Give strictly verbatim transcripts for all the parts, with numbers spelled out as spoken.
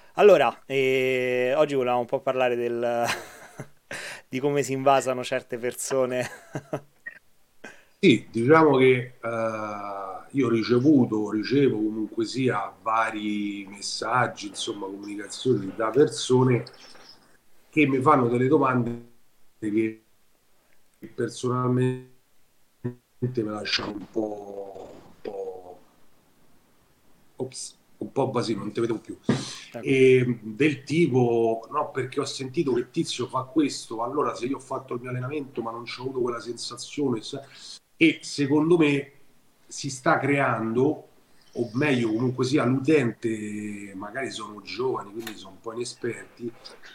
Allora, eh, oggi volevamo un po' parlare del, di come si invasano certe persone. Sì, diciamo che eh, io ho ricevuto, ricevo comunque sia vari messaggi, insomma, comunicazioni da persone che mi fanno delle domande che personalmente mi lasciano un po', un po', ops, un po' basino, non ti vedo più. Tranquillo. E del tipo, no, perché ho sentito che Tizio fa questo, allora se io ho fatto il mio allenamento ma non ho avuto quella sensazione, sa- e secondo me si sta creando, o meglio comunque sia l'utente, magari sono giovani, quindi sono un po' inesperti,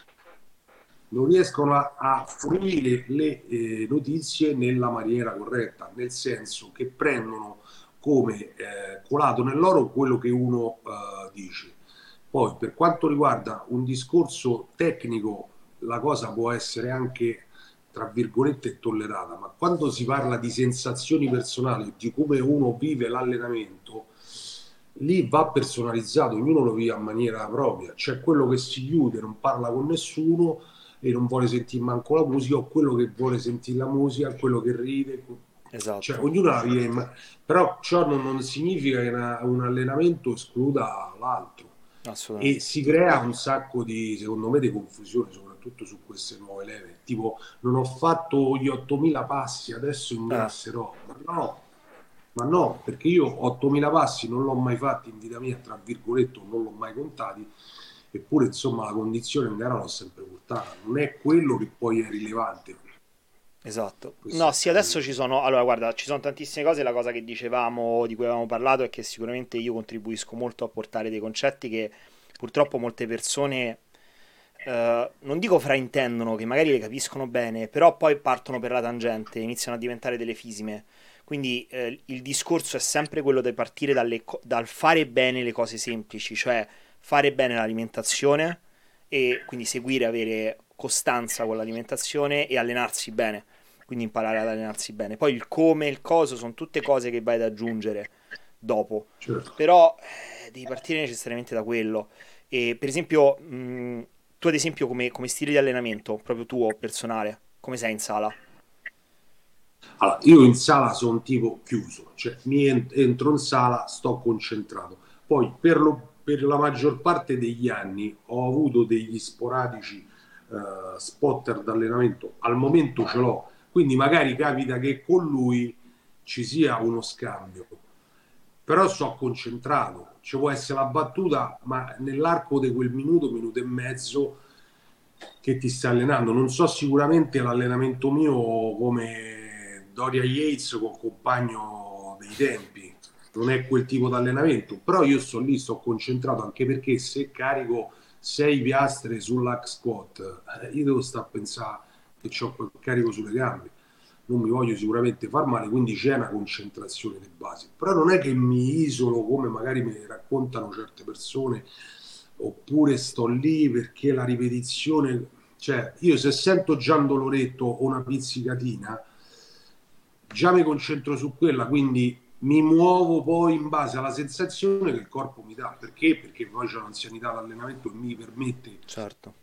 non riescono a, a fruire le eh, notizie nella maniera corretta, nel senso che prendono come eh, colato nell'oro quello che uno eh, dice. Poi, per quanto riguarda un discorso tecnico, la cosa può essere anche, tra virgolette, tollerata, ma quando si parla di sensazioni personali, di come uno vive l'allenamento, lì va personalizzato, ognuno lo vive a maniera propria. C'è quello che si chiude, non parla con nessuno e non vuole sentire manco la musica, o quello che vuole sentire la musica, quello che ride. Cioè, Esatto, ognuno la vive, in ma- però ciò non, non significa che una- un allenamento escluda l'altro e assolutamente. si crea un sacco di, secondo me, di confusione, soprattutto su queste nuove leve. Tipo, non ho fatto gli ottomila passi, adesso Eh, ingrasserò. Ma no, ma no, perché io ottomila passi non l'ho mai fatti in vita mia, tra virgolette, non l'ho mai contati, eppure insomma la condizione in gara l'ho sempre portata. Non è quello che poi è rilevante. esatto. Questo No, è sì, adesso capito. ci sono. Allora, guarda, ci sono tantissime cose. La cosa che dicevamo, di cui avevamo parlato, è che sicuramente io contribuisco molto a portare dei concetti che purtroppo molte persone, eh, non dico fraintendono, che magari le capiscono bene, però poi partono per la tangente, iniziano a diventare delle fisime. Quindi eh, il discorso è sempre quello di partire dalle co- dal fare bene le cose semplici, cioè fare bene l'alimentazione e quindi seguire, avere costanza con l'alimentazione e allenarsi bene, quindi imparare ad allenarsi bene. Poi il come, il cosa sono tutte cose che vai ad aggiungere dopo, Certo. però eh, devi partire necessariamente da quello. E per esempio, mh, tu ad esempio come, come stile di allenamento, proprio tuo, personale, come sei in sala? Allora, io in sala sono tipo chiuso, cioè mi en- entro in sala, sto concentrato. Poi per, lo- per la maggior parte degli anni ho avuto degli sporadici eh, spotter d'allenamento, al momento ce l'ho, quindi magari capita che con lui ci sia uno scambio, però sto concentrato, ci può essere la battuta, ma nell'arco di quel minuto, minuto e mezzo che ti stai allenando. Non so sicuramente l'allenamento mio come Doria Yates con compagno dei tempi, non è quel tipo di allenamento, però io sto lì, sto concentrato anche perché se carico sei piastre sull'hack squat, eh, io devo stare a pensare che ho quel carico sulle gambe. Non mi voglio sicuramente far male, quindi c'è una concentrazione di base. Però non è che mi isolo come magari mi raccontano certe persone, oppure sto lì perché la ripetizione, cioè io se sento già un doloretto o una pizzicatina, già mi concentro su quella, quindi mi muovo poi in base alla sensazione che il corpo mi dà. Perché? Perché poi c'è l'anzianità dell'allenamento e mi permette Certo.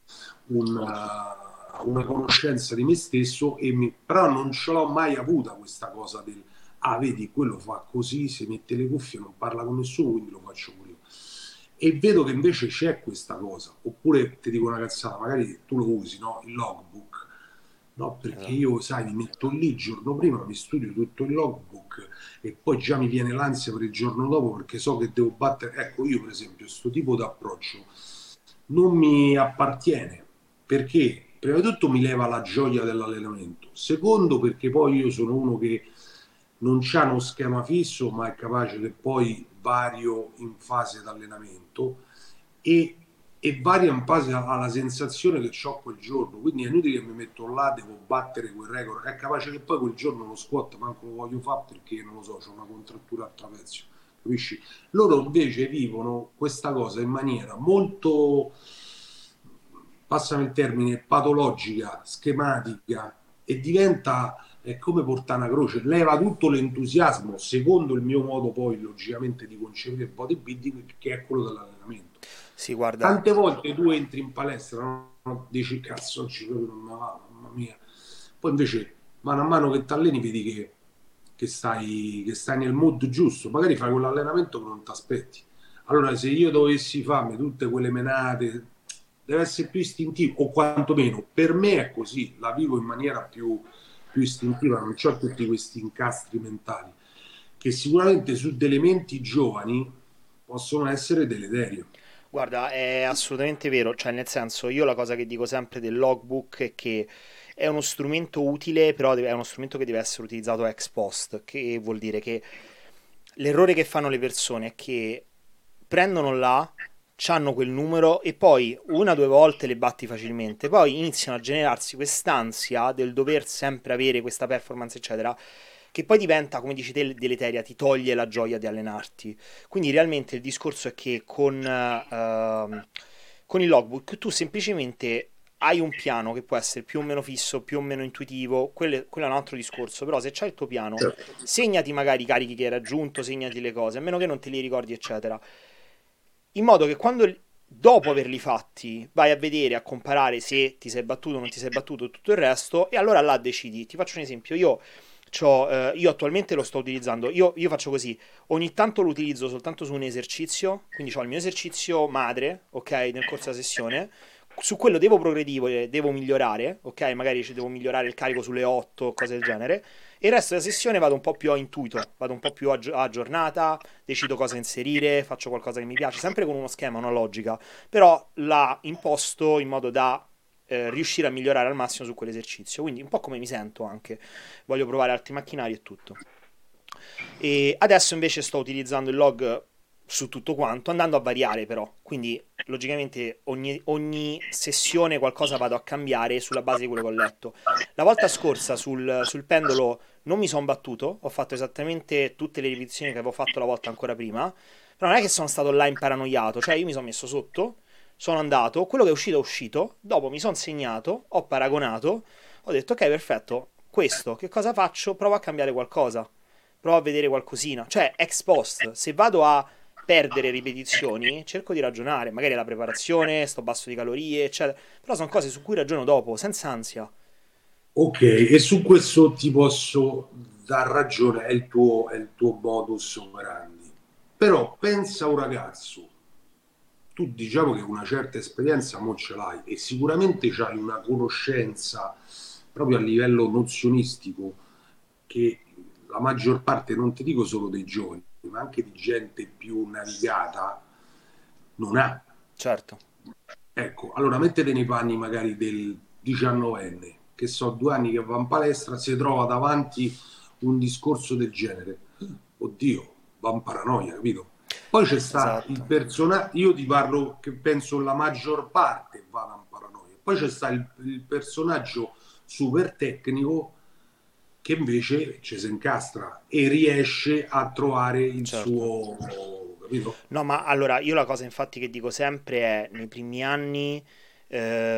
una, una conoscenza di me stesso, e mi, però non ce l'ho mai avuta questa cosa del ah, vedi, quello fa così, si mette le cuffie, non parla con nessuno, quindi lo faccio pure io. E vedo che invece c'è questa cosa. Oppure ti dico una cazzata, magari tu lo usi, no? Il logbook. No, perché Esatto. io, sai, mi metto lì il giorno prima, mi studio tutto il logbook e poi già mi viene l'ansia per il giorno dopo perché so che devo battere. Ecco, io per esempio, questo tipo di approccio non mi appartiene perché prima di tutto mi leva la gioia dell'allenamento, secondo perché poi io sono uno che non c'ha uno schema fisso ma è capace che poi vario in fase d'allenamento e, e varia in base alla sensazione che ho quel giorno, quindi è inutile che mi metto là, devo battere quel record, è capace che poi quel giorno lo squat manco lo voglio fare perché non lo so, c'ho una contrattura al trapezio, capisci? Loro invece vivono questa cosa in maniera molto, passami il termine, patologica, schematica e diventa è come portare una croce, leva tutto l'entusiasmo, secondo il mio modo poi logicamente di concepire il bodybuilding, che è quello dell'allenamento. Sì, guarda, Tante volte tu entri in palestra, no? Dici cazzo, oggi proprio non me va, mamma mia. Poi invece, mano a mano che ti alleni, vedi che, che stai, che stai nel mood giusto. Magari fai quell'allenamento che non ti aspetti. Allora, se io dovessi farmi tutte quelle menate, deve essere più istintivo, o quantomeno per me è così, la vivo in maniera più, più istintiva, non ho tutti questi incastri mentali, che sicuramente su delle menti giovani possono essere deleterio. guarda, è assolutamente vero, cioè nel senso, io la cosa che dico sempre del logbook è che è uno strumento utile, però deve- è uno strumento che deve essere utilizzato ex post, che vuol dire che l'errore che fanno le persone è che prendono là, c'hanno quel numero e poi una o due volte le batti facilmente, poi iniziano a generarsi quest'ansia del dover sempre avere questa performance, eccetera, che poi diventa, come dici te, deleteria, ti toglie la gioia di allenarti. Quindi realmente il discorso è che con, ehm, con il logbook tu semplicemente hai un piano che può essere più o meno fisso, più o meno intuitivo, quello è, quello è un altro discorso, però se c'hai il tuo piano, segnati magari i carichi che hai raggiunto, segnati le cose, a meno che non te li ricordi, eccetera, in modo che quando dopo averli fatti vai a vedere, a comparare se ti sei battuto o non ti sei battuto e tutto il resto, e allora là decidi. Ti faccio un esempio, io, c'ho, eh, io attualmente lo sto utilizzando, io, io faccio così, ogni tanto lo utilizzo soltanto su un esercizio, quindi ho il mio esercizio madre, ok, nel corso della sessione, su quello devo progredire, devo migliorare, ok, magari ci devo migliorare il carico sulle otto, cose del genere, e il resto della sessione vado un po' più a intuito, vado un po' più a, gio- a giornata, decido cosa inserire, faccio qualcosa che mi piace, sempre con uno schema, una logica, però l'ha imposto in modo da eh, riuscire a migliorare al massimo su quell'esercizio, quindi un po' come mi sento anche, voglio provare altri macchinari e tutto. E adesso invece sto utilizzando il log su tutto quanto, andando a variare però, quindi logicamente ogni, ogni sessione qualcosa vado a cambiare sulla base di quello che ho letto. La volta scorsa sul, sul pendolo non mi sono battuto, ho fatto esattamente tutte le ripetizioni che avevo fatto la volta ancora prima, però non è che sono stato là imparanoiato, cioè io mi sono messo sotto, sono andato, quello che è uscito è uscito, dopo mi sono segnato, ho paragonato, ho detto ok perfetto, questo, che cosa faccio? Provo a cambiare qualcosa, provo a vedere qualcosina, cioè ex post, se vado a perdere ripetizioni, cerco di ragionare, magari la preparazione, sto basso di calorie, eccetera, però sono cose su cui ragiono dopo, senza ansia. Ok, e su questo ti posso dar ragione, è il tuo, è il tuo modus operandi. Però pensa a un ragazzo, tu diciamo che una certa esperienza non ce l'hai e sicuramente c'hai una conoscenza proprio a livello nozionistico che la maggior parte, non ti dico solo dei giovani, ma anche di gente più navigata, non ha. Certo, Ecco, allora mettete nei panni magari del diciannovenne, che so, due anni che va in palestra, si trova davanti un discorso del genere. Oddio, va in paranoia, capito? Poi c'è sta il esatto, personaggio, io ti parlo che penso la maggior parte vada in paranoia. Poi c'è sta il, il personaggio super tecnico che invece ci si incastra e riesce a trovare il certo. suo, capito? No, ma allora io la cosa infatti che dico sempre è nei primi anni, eh,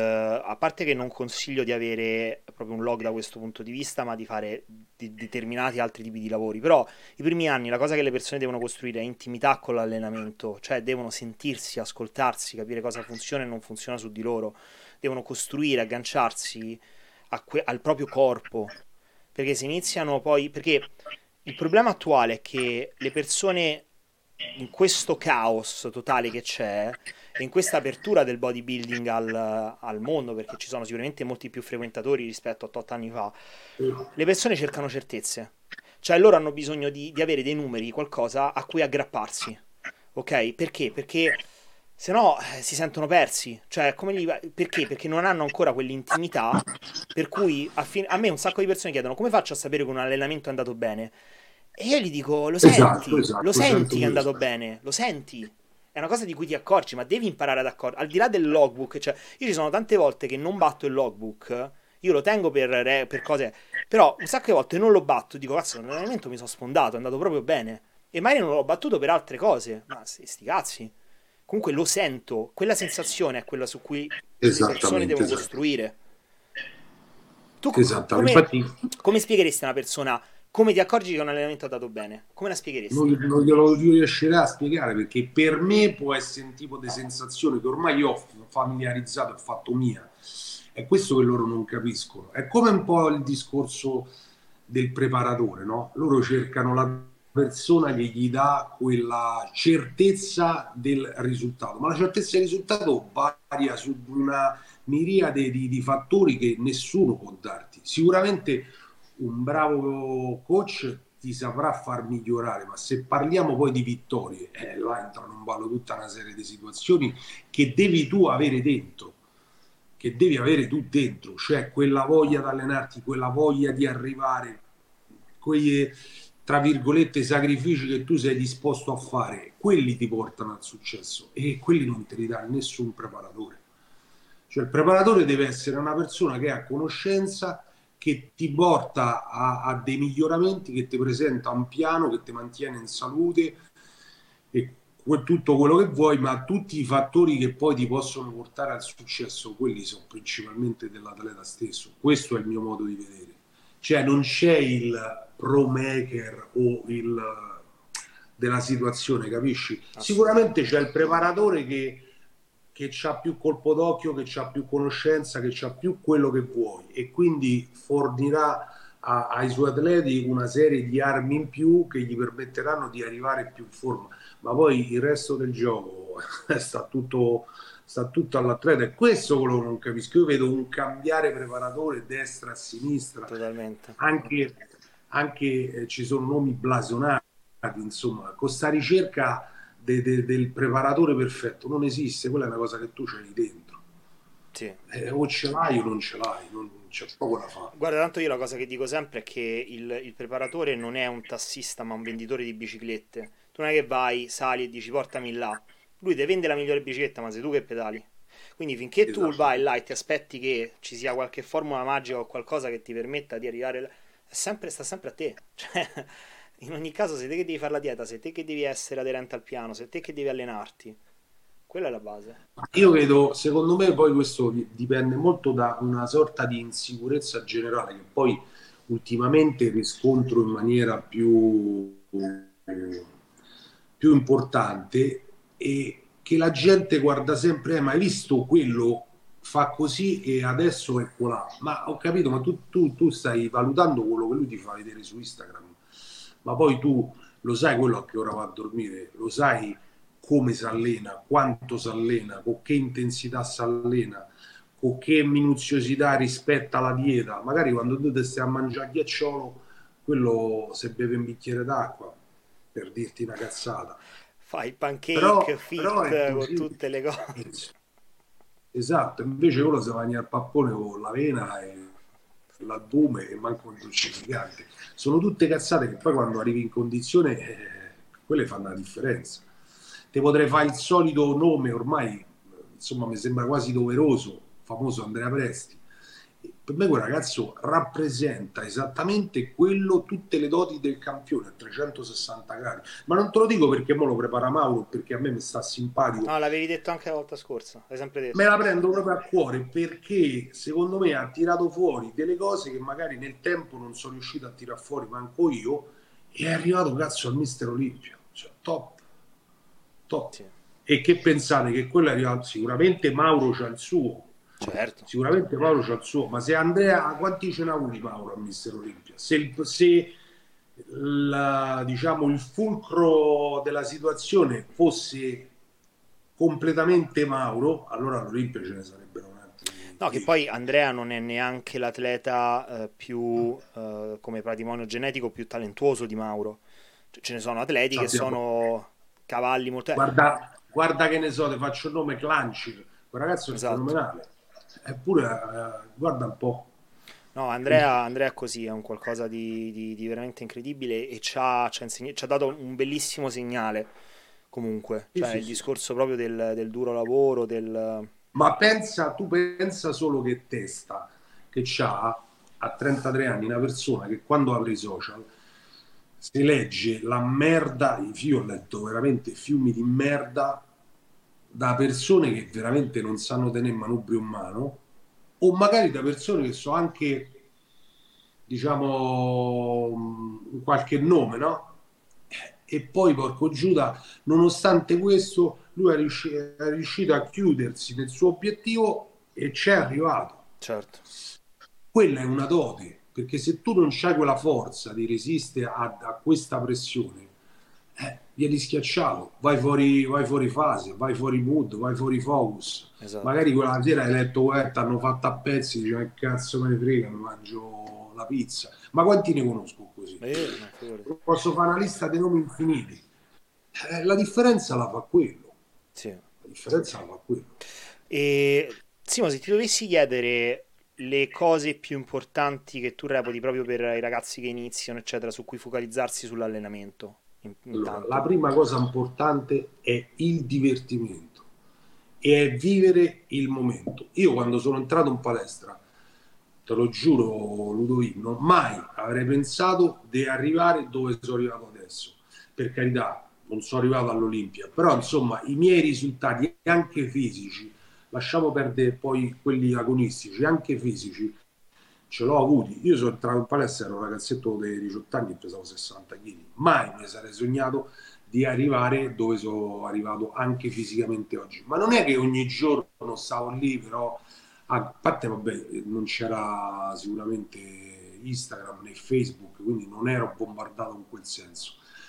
a parte che non consiglio di avere proprio un log da questo punto di vista, ma di fare di- determinati altri tipi di lavori, però i primi anni la cosa che le persone devono costruire è intimità con l'allenamento, cioè devono sentirsi, ascoltarsi, capire cosa funziona e non funziona su di loro, devono costruire, agganciarsi a que- al proprio corpo, perché se iniziano poi, perché il problema attuale è che le persone in questo caos totale che c'è e in questa apertura del bodybuilding al, al mondo, perché ci sono sicuramente molti più frequentatori rispetto a otto anni fa, le persone cercano certezze. Cioè loro hanno bisogno di, di avere dei numeri, qualcosa a cui aggrapparsi. Ok? Perché? Perché se no eh, si sentono persi. Cioè, come gli va- perché? Perché non hanno ancora quell'intimità per cui a, fin- a me un sacco di persone chiedono come faccio a sapere che un allenamento è andato bene? E io gli dico, lo Esatto, senti, lo esatto, sento senti che è questo. andato bene, lo senti. È una cosa di cui ti accorgi, ma devi imparare ad accorgere. Al di là del logbook, cioè, io ci sono tante volte che non batto il logbook, io lo tengo per, re- per cose, però un sacco di volte non lo batto, dico, cazzo, l'allenamento mi sono sfondato, è andato proprio bene. E magari non l'ho battuto per altre cose, ma sti sti cazzi. Comunque lo sento, quella sensazione è quella su cui le persone Esattamente, devono esatto. costruire. Tu Esattamente. come, Infatti, come spiegheresti a una persona Come ti accorgi che un allenamento ha dato bene? Come la Non, spiegheresti? non glielo riuscirà a spiegare perché per me può essere un tipo di sensazione che ormai io ho familiarizzato e fatto mia. È questo che loro non capiscono. È come un po' il discorso del preparatore, no? Loro cercano la persona che gli dà quella certezza del risultato, ma la certezza del risultato varia su una miriade di, di fattori che nessuno può darti. Sicuramente un bravo coach ti saprà far migliorare, ma se parliamo poi di vittorie, eh, là entrano in ballo tutta una serie di situazioni che devi tu avere dentro, che devi avere tu dentro, cioè quella voglia di allenarti, quella voglia di arrivare, quei, tra virgolette, sacrifici che tu sei disposto a fare, quelli ti portano al successo e quelli non te li dà nessun preparatore. Cioè il preparatore deve essere una persona che ha conoscenza, che ti porta a, a dei miglioramenti, che ti presenta un piano, che ti mantiene in salute e tutto quello che vuoi, ma tutti i fattori che poi ti possono portare al successo, quelli sono principalmente dell'atleta stesso. Questo è il mio modo di vedere. Cioè non c'è il pro maker o il della situazione, capisci? Sicuramente c'è il preparatore che che ha più colpo d'occhio, che ha più conoscenza, che ha più quello che vuoi e quindi fornirà a, ai suoi atleti una serie di armi in più che gli permetteranno di arrivare più in forma. Ma poi il resto del gioco sta tutto, sta tutto all'atleta e questo quello che non capisco. Io vedo un cambiare preparatore destra a sinistra, Totalmente. anche, anche eh, ci sono nomi blasonati, insomma, con sta ricerca de, de, del preparatore perfetto non esiste, quella è una cosa che tu c'hai dentro. Sì. Eh, o ce l'hai o non ce l'hai, non c'è poco da fare. Guarda, tanto io la cosa che dico sempre è che il, il preparatore non è un tassista ma un venditore di biciclette. Tu non è che vai, sali e dici portami là. Lui ti vende la migliore bicicletta, ma sei tu che pedali. Quindi finché tu Esatto. vai là e ti aspetti che ci sia qualche formula magica o qualcosa che ti permetta di arrivare là, è sempre, sta sempre a te. Cioè, in ogni caso sei te che devi fare la dieta, sei te che devi essere aderente al piano, sei te che devi allenarti. Quella è la base. Io vedo, secondo me poi questo dipende molto da una sorta di insicurezza generale che poi ultimamente riscontro in maniera più, più importante e che la gente guarda sempre, eh, ma hai visto quello fa così e adesso è là. Ma ho capito, ma tu, tu, tu stai valutando quello che lui ti fa vedere su Instagram, ma poi tu lo sai quello a che ora va a dormire, lo sai come si allena, quanto si allena, con che intensità si allena, con che minuziosità rispetta la dieta. Magari quando tu ti stai a mangiare ghiacciolo, quello se beve un bicchiere d'acqua, per dirti una cazzata. Fai il pancake Però, però è fit con così. tutte le cose. Esatto, invece quello si mangia il pappone con l'avena e l'albume e manco un dolcificante. Sono tutte cazzate che poi quando arrivi in condizione, eh, quelle fanno la differenza. Te potrei fare il solito nome, ormai insomma mi sembra quasi doveroso, famoso Andrea Presti. Per me quel ragazzo rappresenta esattamente quello, tutte le doti del campione a trecentosessanta gradi. Ma non te lo dico perché mo lo prepara Mauro, perché a me mi sta simpatico, No, l'avevi detto anche la volta scorsa, l'hai sempre me detto. la prendo proprio a cuore perché secondo me ha tirato fuori delle cose che magari nel tempo non sono riuscito a tirar fuori manco io e è arrivato cazzo al Mister Olimpia, cioè top, top. Sì, E che pensate che quello è arrivato? Sicuramente Mauro c'ha il suo, certo. sicuramente Mauro c'ha il suo, ma se Andrea, quanti ce n'ha avuti Mauro al Mister Olimpia? Se, il, se la, diciamo, il fulcro della situazione fosse completamente Mauro, allora all'Olimpia ce ne sarebbero un altri No, che dieci. poi Andrea non è neanche l'atleta eh, più, eh, come patrimonio genetico, più talentuoso di Mauro. Cioè, ce ne sono atleti che Sappiamo. sono cavalli molto... eh, Guarda, guarda che ne so, ti faccio il nome Clancy, quel ragazzo è esatto. fenomenale. Eppure, eh, guarda un po'. No, Andrea, Andrea è così, è un qualcosa di, di- di veramente incredibile e ci ha, ci ha insegna- ci ha dato un bellissimo segnale, comunque. Sì, Cioè, sì, il sì. discorso proprio del, del duro lavoro, del... Ma pensa, tu pensa solo che testa che c'ha a trentatré anni una persona che quando apre i social si legge la merda, io ho letto veramente fiumi di merda da persone che veramente non sanno tenere manubrio in mano o magari da persone che sono anche diciamo, un qualche nome, no? E poi, porco Giuda, nonostante questo, lui è riusci- è riuscito a chiudersi nel suo obiettivo e ci è arrivato. Certo. Quella è una dote, perché se tu non hai quella forza di resistere a, a questa pressione, eh, vieni schiacciato, vai fuori, vai fuori fase, vai fuori mood, vai fuori focus. Esatto. Magari quella sera hai letto, eh, ti hanno fatto a pezzi, dici, che cazzo me ne frega, mi mangio la pizza. Ma quanti ne conosco così? Eh, no, figurati. Posso fare una lista dei nomi infiniti. Eh, la differenza la fa quello. Sì. La differenza la fa quello. E Simo, se ti dovessi chiedere le cose più importanti che tu reputi proprio per i ragazzi che iniziano, eccetera, su cui focalizzarsi sull'allenamento, in- Allora, la intanto. prima cosa importante è il divertimento e è vivere il momento. Io quando sono entrato in palestra, te lo giuro, Ludovico, mai avrei pensato di arrivare dove sono arrivato adesso. Per carità, non sono arrivato all'Olimpia, però insomma i miei risultati anche fisici, lasciamo perdere poi quelli agonistici, anche fisici, ce l'ho avuti. Io sono entrato in palestra, ero un ragazzetto dei diciotto anni e pesavo sessanta chili. Mai mi sarei sognato di arrivare dove sono arrivato anche fisicamente oggi. Ma non è che ogni giorno stavo lì, però a parte, vabbè, non c'era sicuramente Instagram né Facebook, quindi non ero bombardato in quel senso.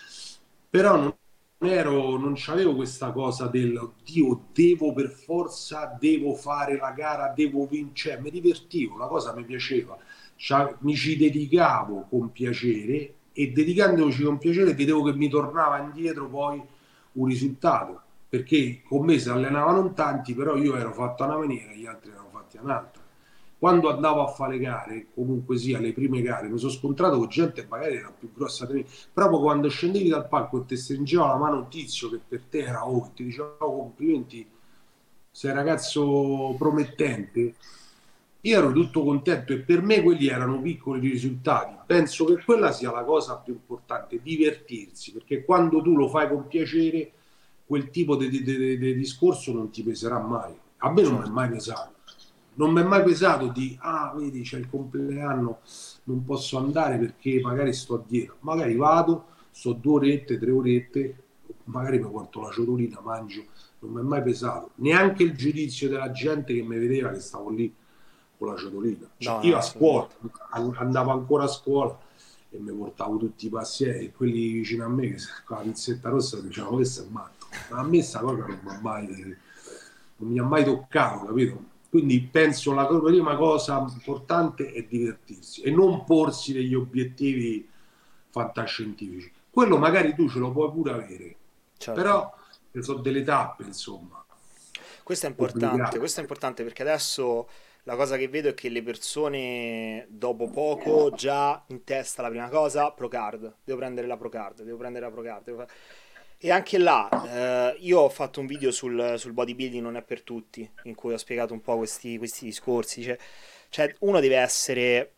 Però non ero, non c'avevo questa cosa del Dio, devo per forza, devo fare la gara, devo vincere. Mi divertivo, la cosa mi piaceva. Cioè, mi ci dedicavo con piacere e dedicandoci con piacere vedevo che mi tornava indietro poi un risultato perché con me si allenavano tanti, però io ero fatto a una maniera e gli altri erano fatti a un'altra. Quando andavo a fare le gare, comunque sia le prime gare, mi sono scontrato con gente che magari era più grossa di me. Proprio quando scendevi dal palco e ti stringeva la mano un tizio che per te era oh, ti diceva oh, complimenti, sei ragazzo promettente, io ero tutto contento e per me quelli erano piccoli risultati. Penso che quella sia la cosa più importante, divertirsi, perché quando tu lo fai con piacere, quel tipo di, di- di- di discorso non ti peserà mai. A me non mi è Certo. mai pesato. Non mi è mai pesato di, ah, vedi, c'è il compleanno, non posso andare perché magari sto a dieta. Magari vado, sto due orette, tre orette, magari mi porto la ciotolina, mangio, non mi è mai pesato. Neanche il giudizio della gente che mi vedeva che stavo lì con la ciotolina. Cioè, No, no, io a scuola, assolutamente. andavo ancora a scuola e mi portavo tutti i passieri e quelli vicino a me che con la pizzetta rossa dicevano questo è matto. Ma a me sta cosa non mi ha mai, non mi ha mai toccato, capito? Quindi penso la prima cosa importante è divertirsi e non porsi degli obiettivi fantascientifici. Quello magari tu ce lo puoi pure avere, Certo. però ci sono delle tappe, insomma, Questo è importante, obbligate. questo è importante perché adesso la cosa che vedo è che le persone dopo poco già in testa la prima cosa, Procard, devo prendere la Procard, devo prendere la Procard. devo fa- E anche là, eh, io ho fatto un video sul, sul bodybuilding non è per tutti, in cui ho spiegato un po' questi, questi discorsi. Cioè, cioè, uno deve essere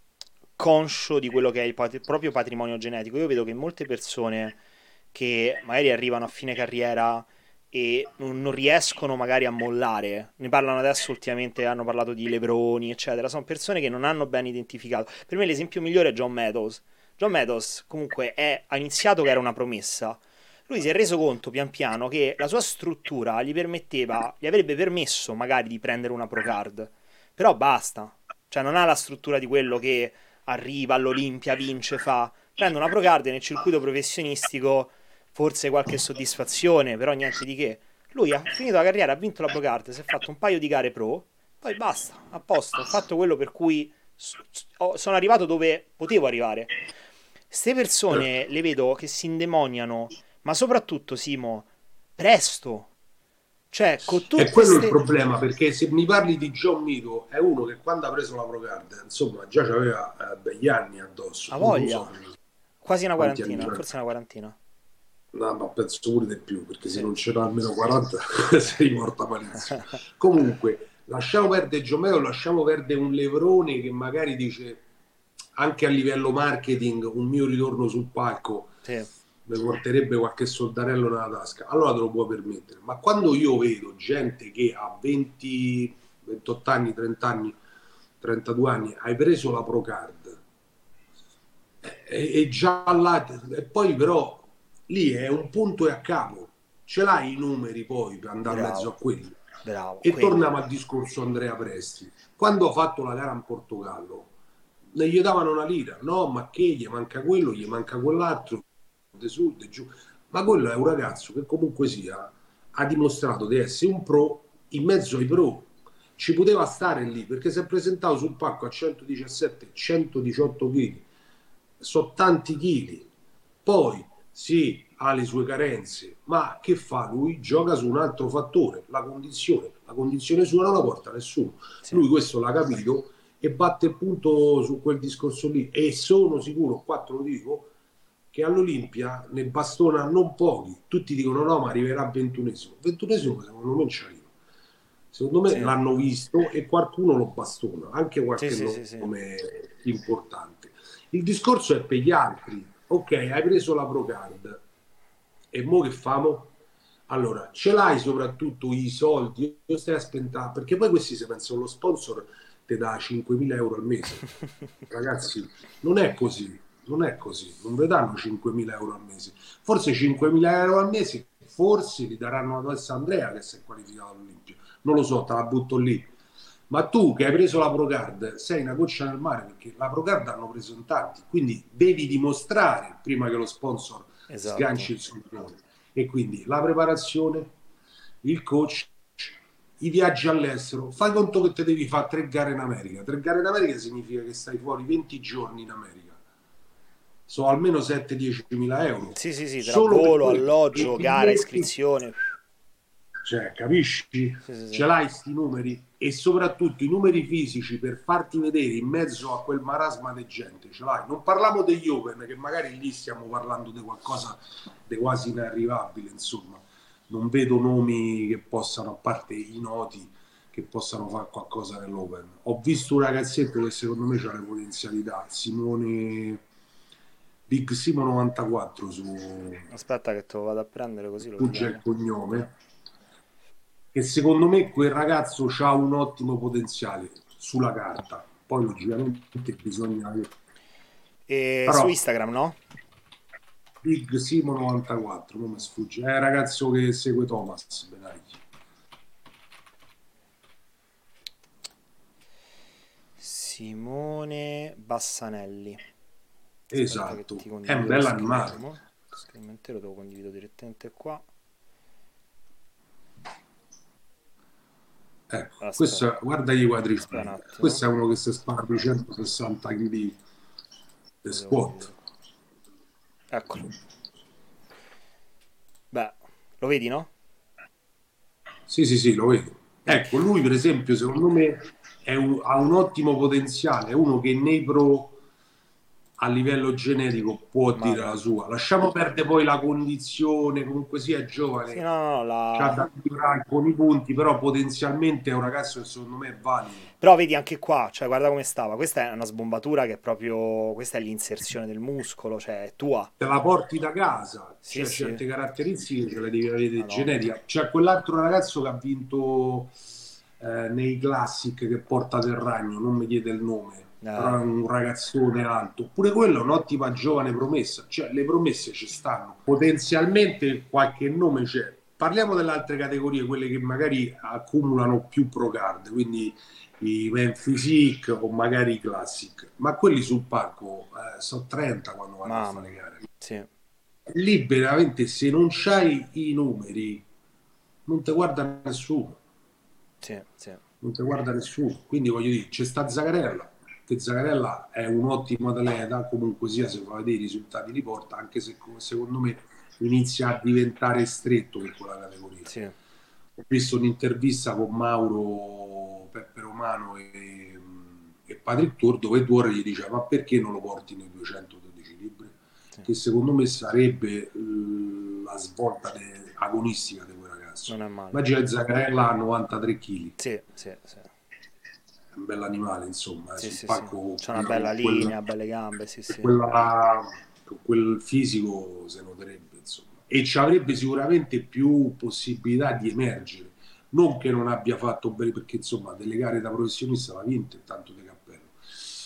conscio di quello che è il pat- proprio patrimonio genetico. Io vedo che molte persone che magari arrivano a fine carriera e non, non riescono magari a mollare. Ne parlano adesso ultimamente, hanno parlato di Lebroni, eccetera. Sono persone che non hanno ben identificato. Per me l'esempio migliore è John Meadows. John Meadows comunque è, ha iniziato che era una promessa. Lui si è reso conto pian piano che la sua struttura gli permetteva, gli avrebbe permesso magari di prendere una pro card, però basta. Cioè non ha la struttura di quello che arriva all'Olimpia, vince, fa. Prende una pro card e nel circuito professionistico forse qualche soddisfazione, però niente di che. Lui ha finito la carriera, ha vinto la Pro Card, si è fatto un paio di gare pro, poi basta, a posto, ho fatto quello per cui sono arrivato dove potevo arrivare. Queste persone le vedo che si indemoniano, ma soprattutto, Simo, presto. Cioè, con E tutte quello è il queste... problema, perché se mi parli di John Mito, è uno che quando ha preso la Procard, insomma, già aveva eh, begli anni addosso, Ha non lo so voglia. Quasi una quanti anni quarantina, fa. forse una quarantina. No, ma penso pure di più, perché se Sì. non c'era almeno quaranta sei morta malissimo. Comunque, lasciamo perdere Giomero, lasciamo perdere un Levrone che magari dice anche a livello marketing un mio ritorno sul palco Sì. mi porterebbe qualche soldarello nella tasca, allora te lo puoi permettere. Ma quando io vedo gente che ha venti, ventotto anni, trenta anni, trentadue anni, hai preso la Procard, e, e già là, e poi però lì è un punto e a capo, ce l'hai i numeri poi per andare in mezzo Bravo, a quelli. bravo, E quello. torniamo al discorso Andrea Presti. Quando ho fatto la gara in Portogallo, non gli davano una lira, no, ma che gli manca quello, gli manca quell'altro, de su, de giù. Ma quello è un ragazzo che comunque sia ha dimostrato di essere un pro in mezzo ai pro. Ci poteva stare lì perché si è presentato sul palco a centodiciassette centodiciotto kg, sono tanti chili. Poi sì, ha le sue carenze, ma che fa lui? Gioca su un altro fattore, la condizione. La condizione sua non la porta nessuno. Sì, Lui questo l'ha capito e batte il punto su quel discorso lì. E sono sicuro, qua te lo dico, che all'Olimpia ne bastona non pochi. Tutti dicono no, ma arriverà ventunesimo. ventunesimo secondo me non ci arriva. Secondo me sì, l'hanno visto e qualcuno lo bastona, anche sì, qualche sì, sì, sì. nome importante. Il discorso è per gli altri. Ok, hai preso la Procard e mo che famo? Allora, ce l'hai soprattutto i soldi, io stai a spendere, perché poi questi se pensano lo sponsor ti dà cinquemila euro al mese. Ragazzi, non è così, non è così, non vi danno cinquemila euro al mese. Forse cinquemila euro al mese, forse li daranno ad Andrea che si è qualificato all'Olimpia. Non lo so, te la butto lì. Ma tu che hai preso la Procard sei una goccia nel mare perché la Procard hanno preso in tanti, quindi devi dimostrare prima che lo sponsor Esatto. sganci il soldone. E quindi la preparazione, il coach, i viaggi all'estero. Fai conto che te devi fare tre gare in America. Tre gare in America significa che stai fuori venti giorni in America. Sono almeno sette dieci mila euro. Sì, sì, sì, tra Solo per volo, quello. E i alloggio, gara, biglietti, iscrizione. cioè, capisci? Sì, sì, Ce sì. l'hai sti numeri e soprattutto i numeri fisici per farti vedere in mezzo a quel marasma di gente, ce l'hai. Non parliamo degli Open, che magari lì stiamo parlando di qualcosa di quasi inarrivabile, insomma. Non vedo nomi che possano, a parte i noti, che possano fare qualcosa nell'Open. Ho visto un ragazzetto che secondo me ha le potenzialità, Simone Big Simo novantaquattro su Aspetta che te lo vado a prendere così lo sfugge il vediamo. cognome, che secondo me quel ragazzo ha un ottimo potenziale sulla carta. Poi logicamente bisogna... E su Però Instagram, no? Big Simo novantaquattro, come sfugge? È il ragazzo che segue Thomas Benaghi. Simone Bassanelli. Aspetta che Esatto, ti è un condivido lo bel animale. schermo. Lo schermo intero te lo condivido direttamente qua. Ecco, Aspetta, questo, guarda i aspetta un quadrifigli. attimo. Questo è uno che si spara duecentosessanta chili di Te lo squat. condivido qua. Eccolo. Beh, lo vedi, no? Sì, sì, sì, lo vedo. Ecco, lui per esempio, secondo me è un- ha un ottimo potenziale, è uno che nei pro a livello genetico può dire la Madre. sua. Lasciamo perdere poi la condizione, comunque sia Sì, giovane, no, no, no, c'ha la... da migliorare con i punti, però potenzialmente è un ragazzo che secondo me è valido. Però vedi anche qua, cioè guarda come stava. Questa è una sbombatura che è proprio... Questa è l'inserzione del muscolo, cioè è tua. Te la porti da casa, Sì, c'è sì, certe caratteristiche ce le devi avere Madonna. genetica. C'è quell'altro ragazzo che ha vinto eh, nei Classic che porta del ragno, non mi chiede il nome, però Eh, è un ragazzone alto. Pure quello è un'ottima giovane promessa, cioè le promesse ci stanno. Potenzialmente qualche nome c'è. Parliamo delle altre categorie, quelle che magari accumulano più pro card, quindi i Men Physique o magari i Classic, ma quelli sul palco eh, sono trenta quando vanno a fare mamma. gare. Sì, Lì veramente se non c'hai i numeri non ti guarda nessuno, sì, sì. non ti guarda nessuno. Quindi voglio dire, c'è sta Zagarella, che Zagarella è un ottimo atleta, comunque sia se fa vedere i risultati li porta, anche se secondo me inizia a diventare stretto per quella categoria. Sì. Ho visto un'intervista con Mauro Peppe Romano e, e Patrick Tour dove Tour gli diceva ma perché non lo porti nei duecentododici libri? Sì. Che secondo me sarebbe eh, la svolta de- agonistica di quel ragazzo. Non è male. Immagina Zaccarella a novantatré chili, Sì, sì, sì. è un bell'animale insomma, eh, Sì, sul sì, sì. palco C'ha una quella, bella con, quel, linea, belle gambe, sì, con sì. quella- con quel fisico se noterebbe insomma. E ci avrebbe sicuramente più possibilità di emergere. Non che non abbia fatto bene, perché insomma delle gare da professionista l'ha vinte, tanto di cappello.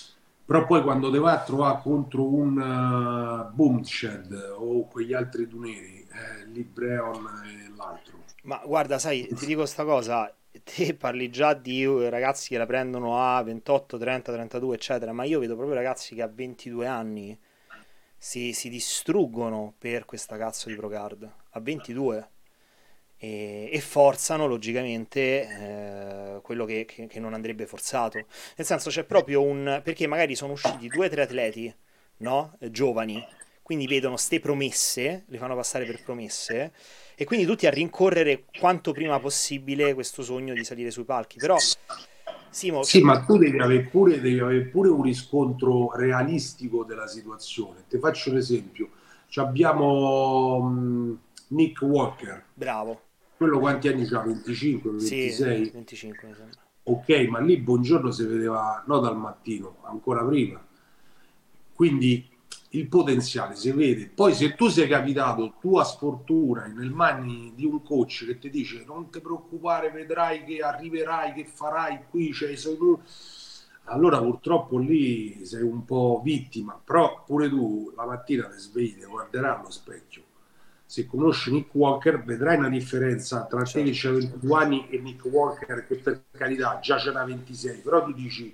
Però poi quando te vai a trovare contro un uh, Boomshed o quegli altri due neri, eh, Libreon e l'altro. Ma guarda, sai, ti dico sta cosa, te parli già di eh, ragazzi che la prendono a ventotto, trenta, trentadue, eccetera, ma io vedo proprio ragazzi che a ventidue anni si, si distruggono per questa cazzo di Procard, a ventidue, e, e forzano logicamente eh, quello che, che- che non andrebbe forzato. Nel senso c'è proprio un... perché magari sono usciti due o tre atleti, no? Eh, Giovani, quindi vedono ste promesse, le fanno passare per promesse, e quindi tutti a rincorrere quanto prima possibile questo sogno di salire sui palchi. Però, Simo, Sì, cioè, ma tu devi avere pure, devi avere pure un riscontro realistico della situazione. Ti faccio un esempio. Ci abbiamo mh, Nick Walker, bravo. quello quanti anni ha? venticinque, Sì, ventisei? venticinque mi sembra. Ok, ma lì buongiorno si vedeva non dal mattino, ancora prima. Quindi il potenziale si vede. Poi se tu sei capitato, tua sfortuna, nel mani di un coach che ti dice non ti preoccupare, vedrai che arriverai, che farai qui, cioè, sei tu. Allora purtroppo lì sei un po' vittima, però pure tu la mattina ti svegli, ti guarderai allo specchio. Se conosci Nick Walker vedrai una differenza tra te che Certo. c'hai ventidue anni e Nick Walker che per carità già c'è da ventisei, però tu dici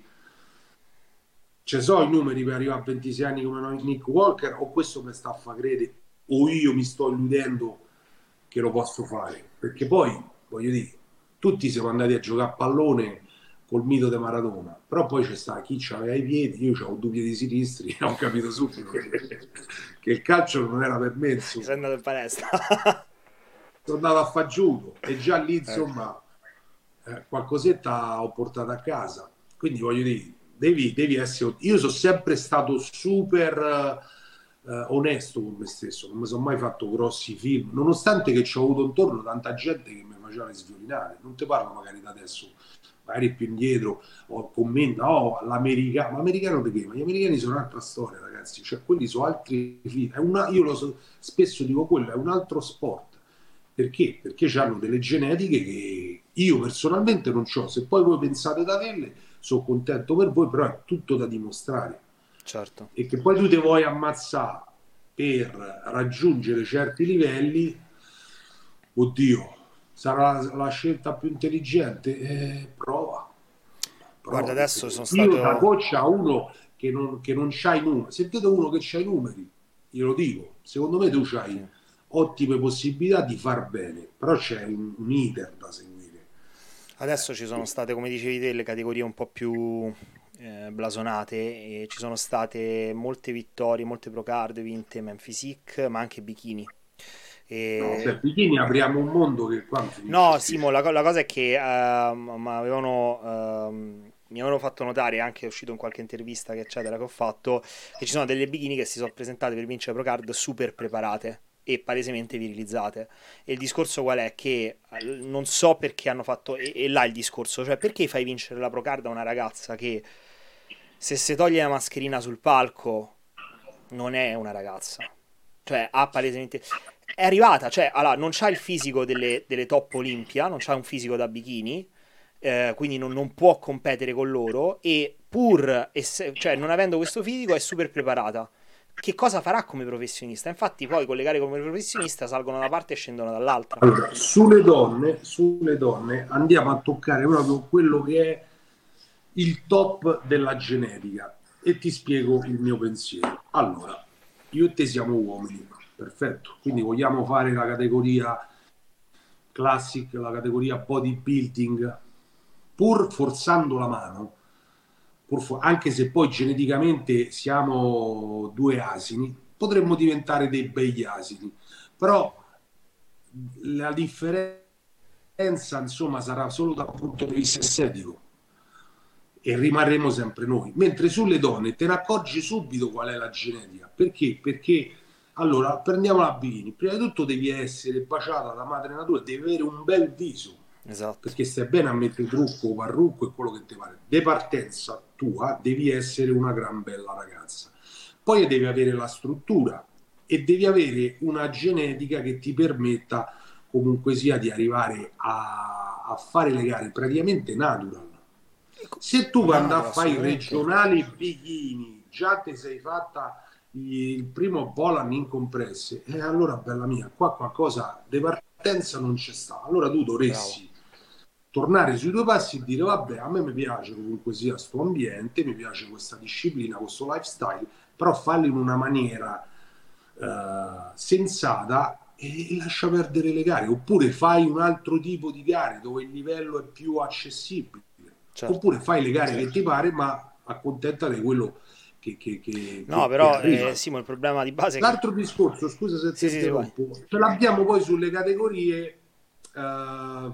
ci so i numeri per arrivare a ventisei anni come Nick Walker o questo mi sta a far credere o io mi sto illudendo che lo posso fare, perché poi voglio dire tutti siamo andati a giocare a pallone col mito di Maradona, però poi c'è sta chi aveva i piedi, io avevo due piedi sinistri e ho capito subito che, che il calcio non era per me, Sei insomma andato in palestra. sono andato a far judo e già lì Ecco. insomma eh, qualcosetta ho portato a casa, quindi voglio dire devi, devi essere, io sono sempre stato super eh, onesto con me stesso, non mi sono mai fatto grossi film, nonostante che ci ho avuto intorno tanta gente che mi faceva le sviolinare, non ti parlo magari da adesso, magari più indietro o commenta, oh l'americano, ma americano di che? Ma gli americani sono un'altra storia ragazzi, cioè quelli sono altri film, è una, io lo so, spesso dico quello è un altro sport, perché? Perché hanno delle genetiche che io personalmente non ho, se poi voi pensate ad averle sono contento per voi, però è tutto da dimostrare. Certo. E che poi tu ti vuoi ammazzare per raggiungere certi livelli, oddio, sarà la, la scelta più intelligente? Eh, prova, Guarda, prova. adesso sono Io da stato... coach a uno che non, che non c'ha i numeri, se vedo uno che c'ha i numeri, io lo dico, secondo me tu c'hai Sì. ottime possibilità di far bene, però c'è un, un iter da seguire. Adesso ci sono state, come dicevi te, le categorie un po' più eh, blasonate, e ci sono state molte vittorie, molte procard vinte men physique, ma anche bikini. No, E... beh, Bikini apriamo un mondo che qua non finisce No, più. Simo, la, co- la cosa è che ehm, m- avevano, ehm, mi avevano fatto notare, anche è uscito in qualche intervista che eccetera che ho fatto, che ci sono delle bikini che si sono presentate per vincere Procard super preparate e palesemente virilizzate. E il discorso qual è? Che eh, non so perché hanno fatto, e, e là il discorso, cioè perché fai vincere la Procard a una ragazza che se si toglie la mascherina sul palco non è una ragazza, cioè ha palesemente... È arrivata, cioè allora, non c'ha il fisico delle, delle top Olimpia, non c'ha un fisico da bikini, eh, quindi non, non può competere con loro, e pur, esse- cioè, non avendo questo fisico è super preparata. Che cosa farà come professionista? Infatti poi con le gare come professionista salgono da una parte e scendono dall'altra. Allora, sulle donne, sulle donne andiamo a toccare proprio quello che è il top della genetica e ti spiego il mio pensiero. Allora, io e te siamo uomini, perfetto, quindi vogliamo fare la categoria classic, la categoria bodybuilding, pur forzando la mano, pur for- anche se poi geneticamente siamo due asini, potremmo diventare dei begli asini, però la differenza insomma sarà solo dal punto di vista estetico e rimarremo sempre noi. Mentre sulle donne te ne accorgi subito qual è la genetica. Perché? Perché allora prendiamo la bikini, prima di tutto devi essere baciata da madre natura, devi avere un bel viso, Esatto. perché stai bene a mettere trucco, parrucco e quello che ti pare. De partenza tua devi essere una gran bella ragazza. Poi devi avere la struttura e devi avere una genetica che ti permetta comunque sia di arrivare a, a fare le gare praticamente natural. Se tu quando No, fai i assolutamente. regionali bikini già ti sei fatta il primo volan incompresse, e allora bella mia, qua qualcosa di partenza non c'è sta. Allora tu Bravo. dovresti tornare sui due passi e dire vabbè, a me mi piace comunque sia sto ambiente, mi piace questa disciplina, questo lifestyle, però fallo in una maniera eh, sensata e lascia perdere le gare, oppure fai un altro tipo di gare dove il livello è più accessibile, Certo. oppure fai le gare che ti pare, ma accontentati di quello che, che, che, No, che, che però, eh, arriva. Simo, il problema di base è che... L'altro discorso, scusa se ti Sì, sì, sì, vai. interrompo, ce l'abbiamo poi sulle categorie eh,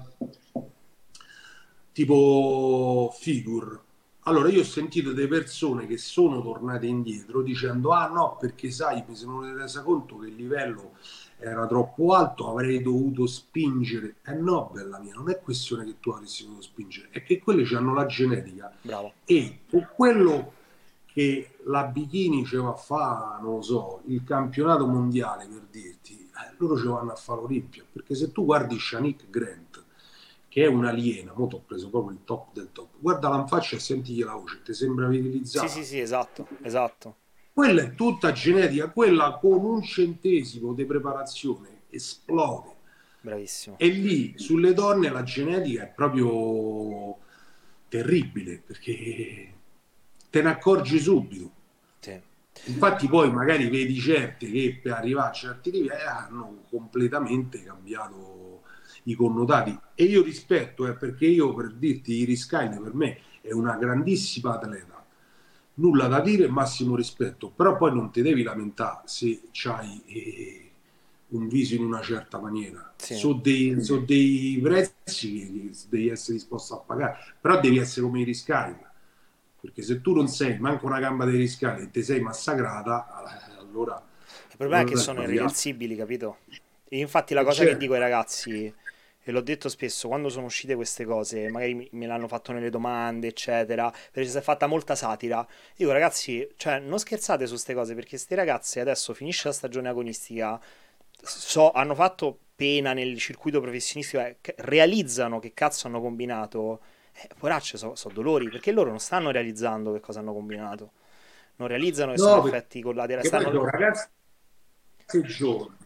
tipo figure. Allora, io ho sentito delle persone che sono tornate indietro dicendo: ah no, perché sai, mi sono resa conto che il livello era troppo alto, avrei dovuto spingere. Eh no, bella mia, non è questione che tu avresti dovuto spingere, è che quelli hanno la genetica Bravo. e con quello che la Bikini ce va a fare, non lo so, il campionato mondiale per dirti, eh, loro ci vanno a fare l'Olimpia, perché se tu guardi Shanique Grant, che è un'aliena, mo t'ho preso proprio il top del top, guardala in faccia e sentigli la voce, ti sembra Sì, sì, virilizzata? sì, esatto, esatto. Quella è tutta genetica, quella con un centesimo di preparazione esplode. Bravissimo. E lì sulle donne la genetica è proprio terribile perché te ne accorgi subito. Sì. Infatti poi magari vedi certe che per arrivare a certi livelli hanno completamente cambiato i connotati e io rispetto, eh, perché io per dirti Iris Skyne per me è una grandissima atleta, nulla da dire, massimo rispetto, però poi non ti devi lamentare se c'hai eh, un viso in una certa maniera, Sì. sono dei, so dei prezzi che devi essere disposto a pagare, però devi essere come Iris Skyne, perché se tu non sei manco una gamba dei riscali e ti sei massacrata, eh, allora Il problema è che allora è sono sbagliato. irreversibili, capito? E infatti la E cosa che dico certo, ai ragazzi, e l'ho detto spesso, quando sono uscite queste cose, magari mi- me l'hanno fatto nelle domande, eccetera, perché si è fatta molta satira. Dico, ragazzi, cioè, non scherzate su queste cose, perché questi ragazzi adesso finisce la stagione agonistica, so- hanno fatto pena nel circuito professionistico, eh, che- realizzano che cazzo hanno combinato. Eh, poracce, so, so dolori, perché loro non stanno realizzando che cosa hanno combinato. Non realizzano che sono no, effetti collaterali, perché poi stanno... sono ragazzi giovani,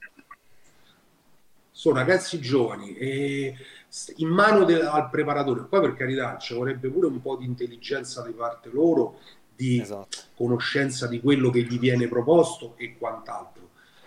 sono ragazzi giovani e in mano de- al preparatore. Poi per carità ci vorrebbe pure un po' di intelligenza da parte loro, di Esatto. conoscenza di quello che gli viene proposto e quant'altro.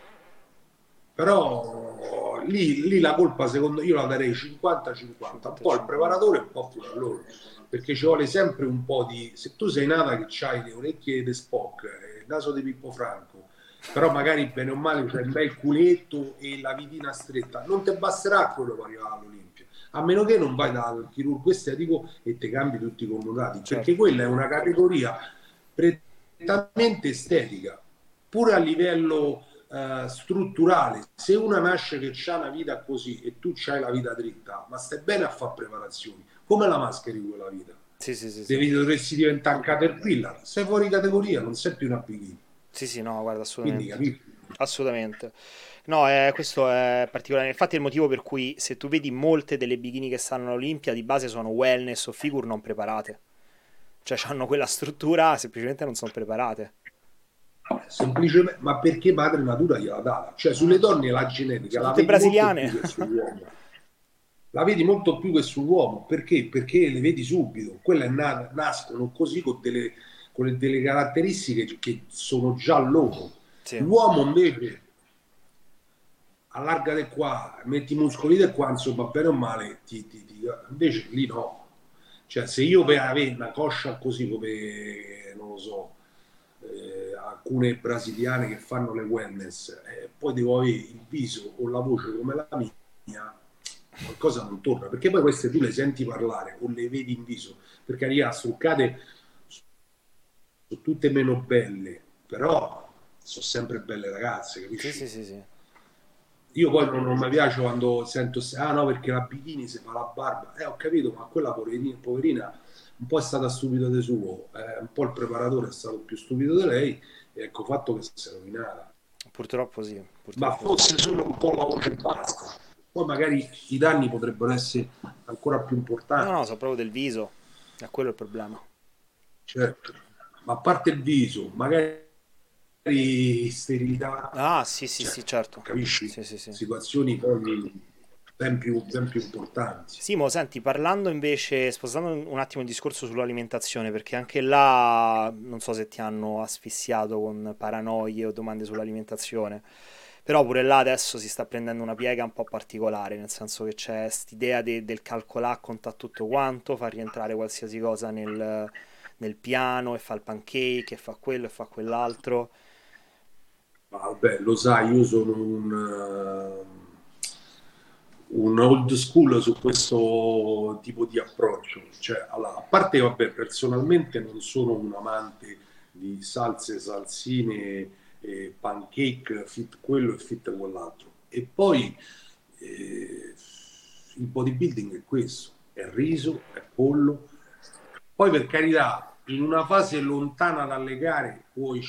Però lì, lì la colpa secondo io la darei cinquanta cinquanta, un cinquanta e po' al cinquanta. preparatore e un po' più a loro, perché ci vuole sempre un po' di... Se tu sei nata che hai le orecchie di Spock, eh, il naso di Pippo Franco, però magari bene o male c'è un bel culetto e la vitina stretta, non ti basterà quello per arrivare all'Olimpia, a meno che non vai dal chirurgo estetico e ti cambi tutti i connotati, perché Certo. quella è una categoria prettamente estetica, pure a livello eh, strutturale. Se una nasce che ha una vita così e tu c'hai la vita dritta, ma stai bene a fare preparazioni, come la mascheri quella vita? Sì, sì, sì, sì. Devi, dovresti diventare un caterpillar, sei fuori categoria, non sei più una bikini. Sì, sì, no, guarda, Quindi assolutamente. capisci? Assolutamente. No, eh, questo è particolare. Infatti è il motivo per cui se tu vedi molte delle bikini che stanno all'Olimpia di base sono wellness o figure non preparate. Cioè hanno quella struttura, semplicemente non sono preparate. Semplicemente, ma perché madre natura gliela dà? Cioè sulle Mm. donne la genetica Sono la tutte vedi molto più brasiliane. che sull'uomo. La vedi molto più che sull'uomo, perché? Perché le vedi subito, quelle na- nascono così con delle, con delle caratteristiche che sono già loro. Sì, L'uomo invece allargate qua, metti i muscoli di qua, insomma, bene o male, ti, ti, ti... invece lì no. Cioè, se io per avere una coscia così come, non lo so, eh, alcune brasiliane che fanno le wellness, eh, poi devo avere il viso o la voce come la mia, qualcosa non torna. Perché poi queste tu le senti parlare o le vedi in viso, per carità, struccate sono tutte meno belle, però sono sempre belle ragazze, sì, sì, capisci? sì, sì. Io poi non, non mi piace quando sento, ah no, perché la bikini si fa la barba. Eh, ho capito, ma quella poverina, poverina un po' è stata stupida di suo, eh, un po' il preparatore è stato più stupido di lei, e ecco fatto che si è rovinata. Purtroppo sì, Ma purtroppo sì. forse solo un po' la voce basta. Poi magari i danni potrebbero essere ancora più No, no, importanti. so proprio del viso. è quello il problema. Certo, ma a parte il viso, magari sterilità, Ah, sì, sì, cioè, sì, certo. capisci? Sì, sì, sì. Situazioni poi ben più, ben più importanti. Simo, senti, parlando invece, spostando un attimo il discorso sull'alimentazione, perché anche là non so se ti hanno asfissiato con paranoie o domande sull'alimentazione, però pure là adesso si sta prendendo una piega un po' particolare, nel senso che c'è quest'idea de- del calcolare, conta tutto quanto, far rientrare qualsiasi cosa nel, nel piano e fa il pancake e fa quello e fa quell'altro. Ma vabbè, lo sai, io sono un, eh, un old school su questo tipo di approccio. Cioè, allora, a parte, vabbè, personalmente non sono un amante di salse, salsine, eh, pancake, fit quello e fit quell'altro. E poi eh, il bodybuilding è questo, è riso, è pollo. Poi per carità, in una fase lontana dalle gare puoi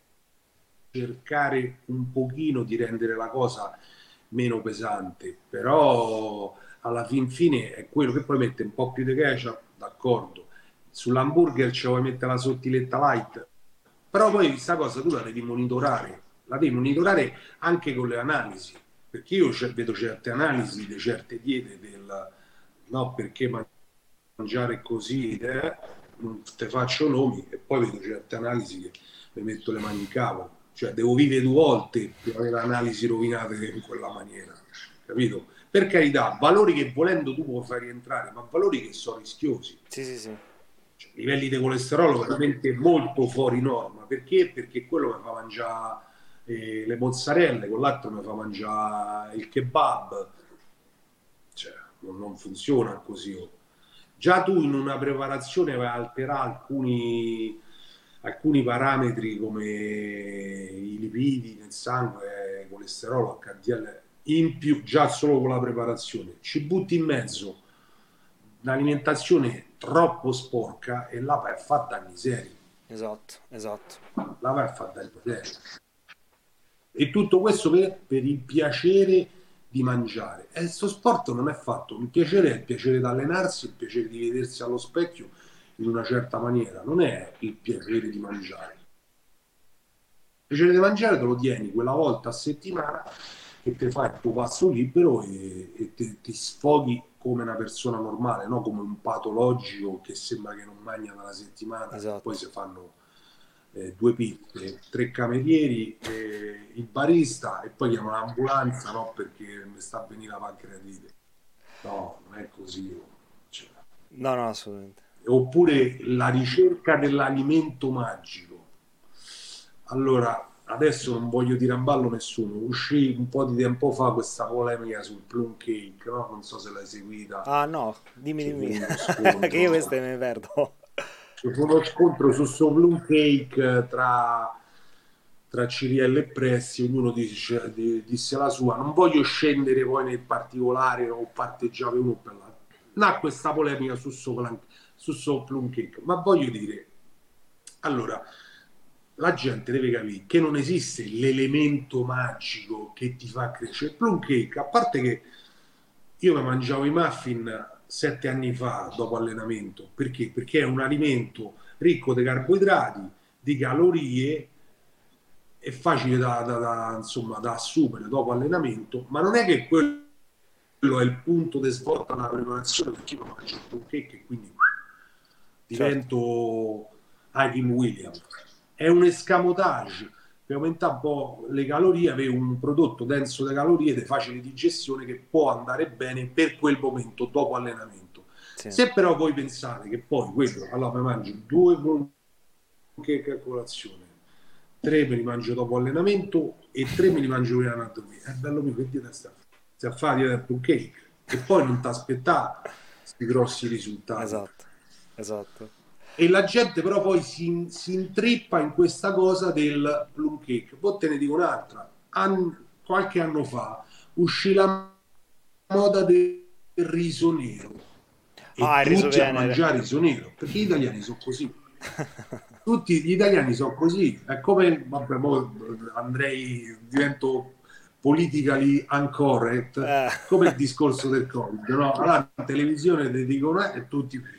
cercare un pochino di rendere la cosa meno pesante, però alla fin fine è quello che poi mette un po' più di ketchup, d'accordo. Sull'hamburger ci vuoi mettere la sottiletta light, però poi questa cosa tu la devi monitorare, la devi monitorare anche con le analisi, perché io vedo certe analisi di certe diete del no perché mangiare così, eh, non te faccio nomi e poi vedo certe analisi che mi metto le mani in capo, cioè devo vivere due volte per avere analisi rovinate in quella maniera, capito? Per carità, valori che volendo tu puoi far rientrare, ma valori che sono rischiosi. Sì, sì, sì. Cioè, livelli di colesterolo veramente molto fuori norma. Perché? Perché quello mi fa mangiare eh, le mozzarelle, con l'altro mi fa mangiare il kebab. Cioè, non, non funziona così. Oh. Già tu in una preparazione vai a alterare alcuni, alcuni parametri come i lipidi nel sangue, eh, colesterolo, acca di elle, in più già solo con la preparazione. Ci butti in mezzo un'alimentazione troppo sporca e la vai a fare danni seri. Esatto, esatto. La vai a fare danni seri. E tutto questo per, per il piacere di mangiare. E questo sport non è fatto, il piacere è il piacere di allenarsi, il piacere di vedersi allo specchio in una certa maniera, non è il piacere di mangiare. Il piacere di mangiare te lo tieni quella volta a settimana che ti fai il tuo passo libero e, e te, ti sfoghi come una persona normale, no come un patologico che sembra che non mangia dalla settimana e poi Esatto. si fanno eh, due pizze, tre camerieri, eh, il barista e poi chiama l'ambulanza no, perché mi sta a venire la pancreatite. No, non è così. Cioè, No, no, assolutamente. oppure la ricerca dell'alimento magico. Allora, adesso non voglio tirare in ballo nessuno, uscì un po' di tempo fa questa polemica sul plum cake, no? Non so se l'hai seguita, Ah, no, dimmi, ci fu dimmi. uno Che io scontro, queste me ne perdo. ci fu uno scontro su sto plum cake tra, tra Cirielli e Pressi, ognuno dice, di- disse la sua, non voglio scendere poi nel particolare o parteggiare uno per l'altro. Nacque questa polemica su sto, plan- su sto plum cake, ma voglio dire, allora, la gente deve capire che non esiste l'elemento magico che ti fa crescere. Il plum cake, a parte che io mi mangiavo i muffin sette anni fa dopo allenamento, perché? Perché è un alimento ricco di carboidrati, di calorie, è facile da, da, da, insomma, da assumere dopo allenamento, ma non è che quello è il punto di svolta della preparazione perché io mangio il plum cake e quindi Certo, divento Hakim Williams. È un escamotage per aumentare un po' le calorie, avere un prodotto denso di calorie di facile digestione che può andare bene per quel momento dopo allenamento. sì. Se però voi pensate che poi quello, allora mi mangio due che a colazione, tre me li mangio dopo allenamento e tre me li mangio prima di andare a dormire. È bello mio, che dieta sta? Si fa dieta del cake e poi non ti aspettare questi grossi risultati. Esatto, esatto. E la gente però poi si, si intrippa in questa cosa del plum cake. Poi te ne dico un'altra. An- qualche anno fa uscì la moda del riso nero e Ah, il riso tutti a Venere. mangiare riso nero perché gli italiani sono così. Tutti gli italiani sono così. È come, vabbè, mo andrei, divento politically incorrect, Eh, come il discorso del Covid. No? Allora, in televisione ti dicono eh, e tutti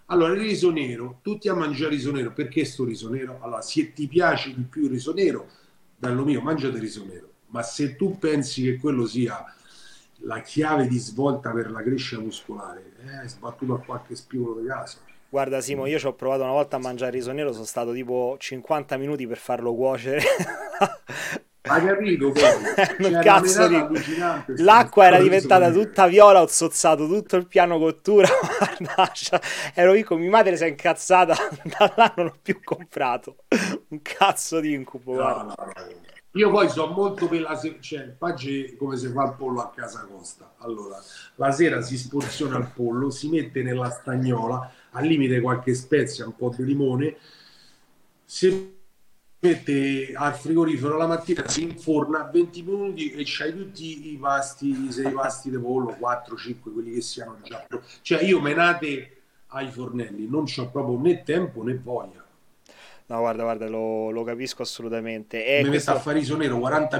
Allora, il riso nero, tutti a mangiare riso nero. Perché sto riso nero? Allora, se ti piace di più il riso nero, bello mio, mangiate riso nero. Ma se tu pensi che quello sia la chiave di svolta per la crescita muscolare, eh, hai sbattuto a qualche spigolo di casa. Guarda Simo, io ci ho provato una volta a mangiare il riso nero, sono stato tipo cinquanta minuti per farlo cuocere. Hai capito poi? Un C'è una cazzo menata di... allucinante sto, L'acqua era sto riso diventata nero. tutta viola, ho zozzato tutto il piano cottura. Guarda, cioè, ero piccolo, mia madre si è incazzata, da là non ho più comprato. Un cazzo di incubo, No, guarda. no, no. Io poi so molto per la se- cioè, Paggi come si fa il pollo a casa Costa. Allora, la sera si sporziona il pollo, si mette nella stagnola, al limite qualche spezia, un po' di limone, si mette al frigorifero la mattina, si inforna venti minuti e c'hai tutti i pasti, i sei pasti di pollo, quattro cinque, quelli che siano già pronti. Cioè io menate ai fornelli, non c'ho proprio né tempo né voglia. No, guarda, guarda, lo, lo capisco assolutamente. E Mi metto a questo... fare riso nero quaranta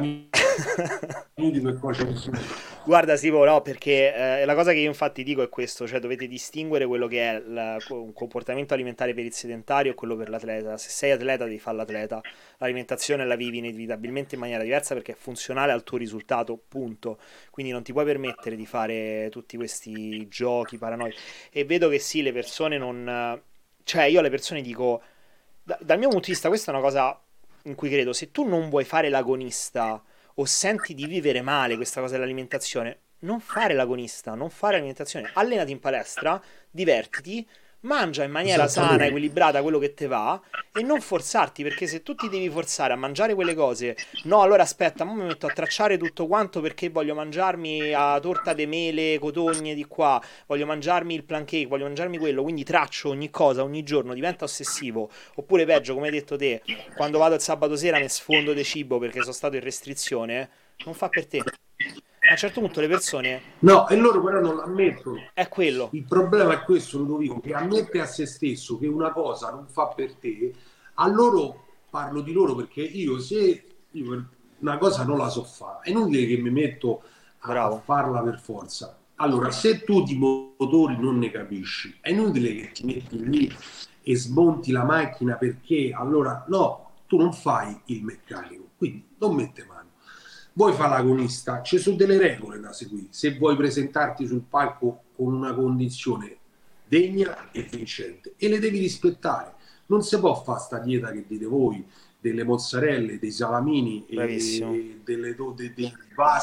minuti per cuocere il sugo. Guarda, Simo, no, perché eh, la cosa che io infatti dico è questo, cioè dovete distinguere quello che è la- un comportamento alimentare per il sedentario e quello per l'atleta. Se sei atleta devi fare l'atleta, l'alimentazione la vivi inevitabilmente in maniera diversa perché è funzionale al tuo risultato, punto. Quindi non ti puoi permettere di fare tutti questi giochi paranoici. E vedo che sì, le persone non... Cioè io alle persone dico, da- dal mio punto di vista questa è una cosa in cui credo, se tu non vuoi fare l'agonista o senti di vivere male questa cosa dell'alimentazione, non fare l'agonista, non fare alimentazione, allenati in palestra, divertiti, mangia in maniera sana, Esattamente. equilibrata quello che te va e non forzarti, perché se tu ti devi forzare a mangiare quelle cose, no, allora aspetta, mo mi metto a tracciare tutto quanto perché voglio mangiarmi la torta de mele, cotogne di qua, voglio mangiarmi il pancake, voglio mangiarmi quello, quindi traccio ogni cosa ogni giorno, diventa ossessivo, oppure peggio, come hai detto te, quando vado il sabato sera mi sfondo di cibo perché sono stato in restrizione, non fa per te. A un certo punto le persone No, e loro però non l'ammettono. è quello. Il problema è questo, Ludovico, che ammette a se stesso che una cosa non fa per te, a loro parlo di loro perché io se io una cosa non la so fare, è inutile che mi metto a, a Bravo. farla per forza. Allora, se tu di motori non ne capisci, è inutile che ti metti lì e smonti la macchina perché allora no, tu non fai il meccanico, quindi non mette mano. Vuoi fare l'agonista, ci sono delle regole da seguire. Se vuoi presentarti sul palco con una condizione degna e vincente, e le devi rispettare. Non si può fare sta dieta che dite voi, delle mozzarelle, dei salamini Bravissimo. e delle do, de, de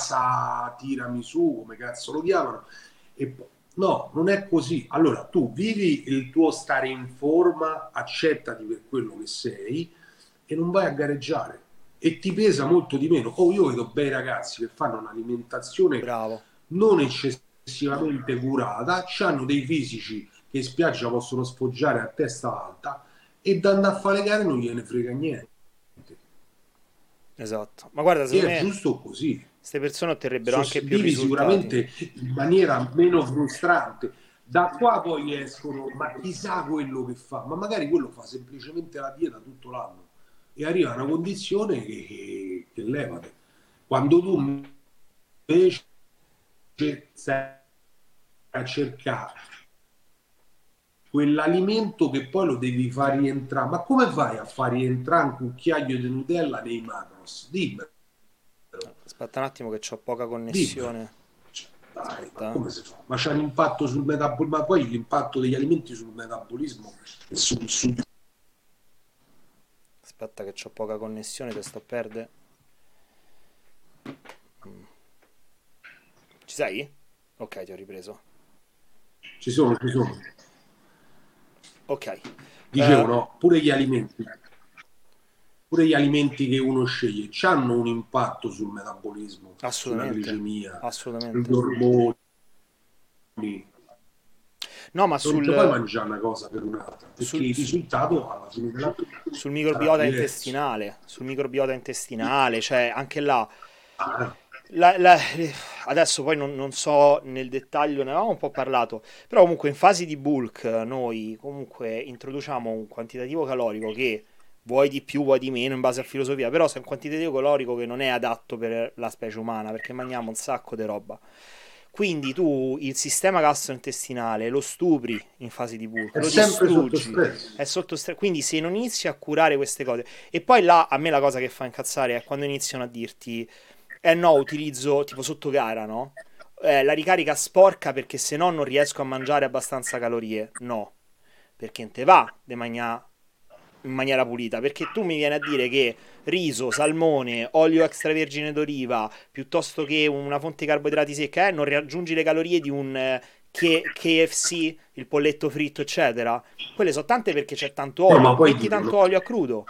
vasa tiramisù, come cazzo lo chiamano. E no, non è così. Allora tu vivi il tuo stare in forma, accettati per quello che sei e non vai a gareggiare e ti pesa molto di meno. Oh, io vedo bei ragazzi che fanno un'alimentazione Bravo. non eccessivamente curata, hanno dei fisici che in spiaggia possono sfoggiare a testa alta e da andare a fare le gare non gliene frega niente. Esatto. Ma guarda, E secondo è me giusto così. queste persone otterrebbero So, anche più vivi risultati. sicuramente in maniera meno frustrante. Da qua poi escono, ma chissà quello che fa, ma magari quello fa semplicemente la dieta tutto l'anno e arriva a una condizione che, che, che levate. Quando tu invece stai a cercare quell'alimento che poi lo devi far rientrare, ma come fai a far rientrare un cucchiaio di Nutella nei macros? Dimmelo, Aspetta un attimo che ho poca dimmelo. connessione. Cioè, dai, ma Aspetta. come si fa? Ma c'è un impatto sul metabolismo, ma poi l'impatto degli alimenti sul metabolismo e sul, sul... Aspetta che ho poca connessione, te sto a perdere. Ci sei? Ok, ti ho ripreso. Ci sono, ci sono. Ok. Dicevo, Eh, no, pure gli alimenti, pure gli alimenti che uno sceglie hanno un impatto sul metabolismo, sulla assolutamente. glicemia, sugli Assolutamente. ormoni. No, ma Non ti sul, puoi mangiare una cosa per un'altra, perché sul, il su- risultato alla fine della sul sarà microbiota diverso. intestinale, sul microbiota intestinale, cioè anche là, Ah, la- la- adesso poi non, non so nel dettaglio, ne avevamo un po' parlato, però comunque in fasi di bulk eh, noi comunque introduciamo un quantitativo calorico che vuoi di più, vuoi di meno in base a filosofia, però se è un quantitativo calorico che non è adatto per la specie umana, perché mangiamo un sacco di roba. Quindi tu il sistema gastrointestinale lo stupri in fase di bulk, È lo sempre sotto distruggi, stress. è sotto stre- quindi se non inizi a curare queste cose, e poi là a me la cosa che fa incazzare è quando iniziano a dirti, eh no, utilizzo tipo sotto gara, no? Eh, la ricarica sporca perché se no non riesco a mangiare abbastanza calorie. No, perché non te va de mangiare in maniera pulita, perché tu mi vieni a dire che riso, salmone, olio extravergine d'oliva, piuttosto che una fonte di carboidrati secca, eh, non raggiungi le calorie di un eh, K- KFC, il polletto fritto, eccetera. Quelle sono tante perché c'è tanto No, ma olio. poi Metti dicono, tanto olio a crudo.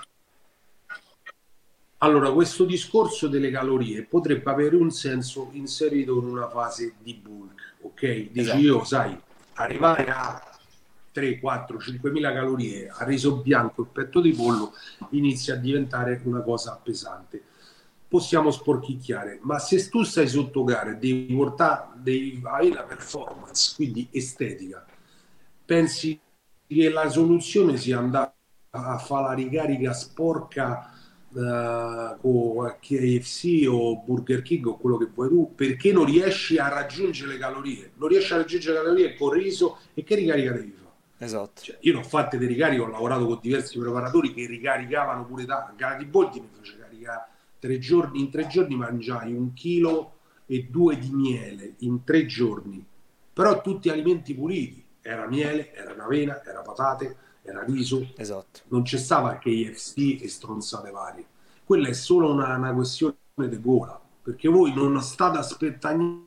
allora, questo discorso delle calorie potrebbe avere un senso inserito in una fase di bulk, ok? Dici Esatto. io, sai, arrivare a tre, quattro, cinquemila calorie a riso bianco e petto di pollo inizia a diventare una cosa pesante. Possiamo sporchicchiare, ma se tu stai sotto gara e devi portare, devi avere la performance, quindi estetica, pensi che la soluzione sia andare a fare la ricarica sporca eh, con K F C o Burger King o quello che vuoi tu, perché non riesci a raggiungere le calorie, non riesci a raggiungere le calorie con riso e che ricarica devi fare? Esatto. Cioè, io ne ho fatte dei ricariche, ho lavorato con diversi preparatori che ricaricavano pure da gara di Boldi, mi fece caricare tre giorni, in tre giorni mangiai un chilo e due di miele in tre giorni, però tutti alimenti puliti, era miele, era avena, era patate, era riso, Esatto. non c'è stava K F C e stronzate varie. Quella è solo una, una questione di gola, perché voi non state aspettando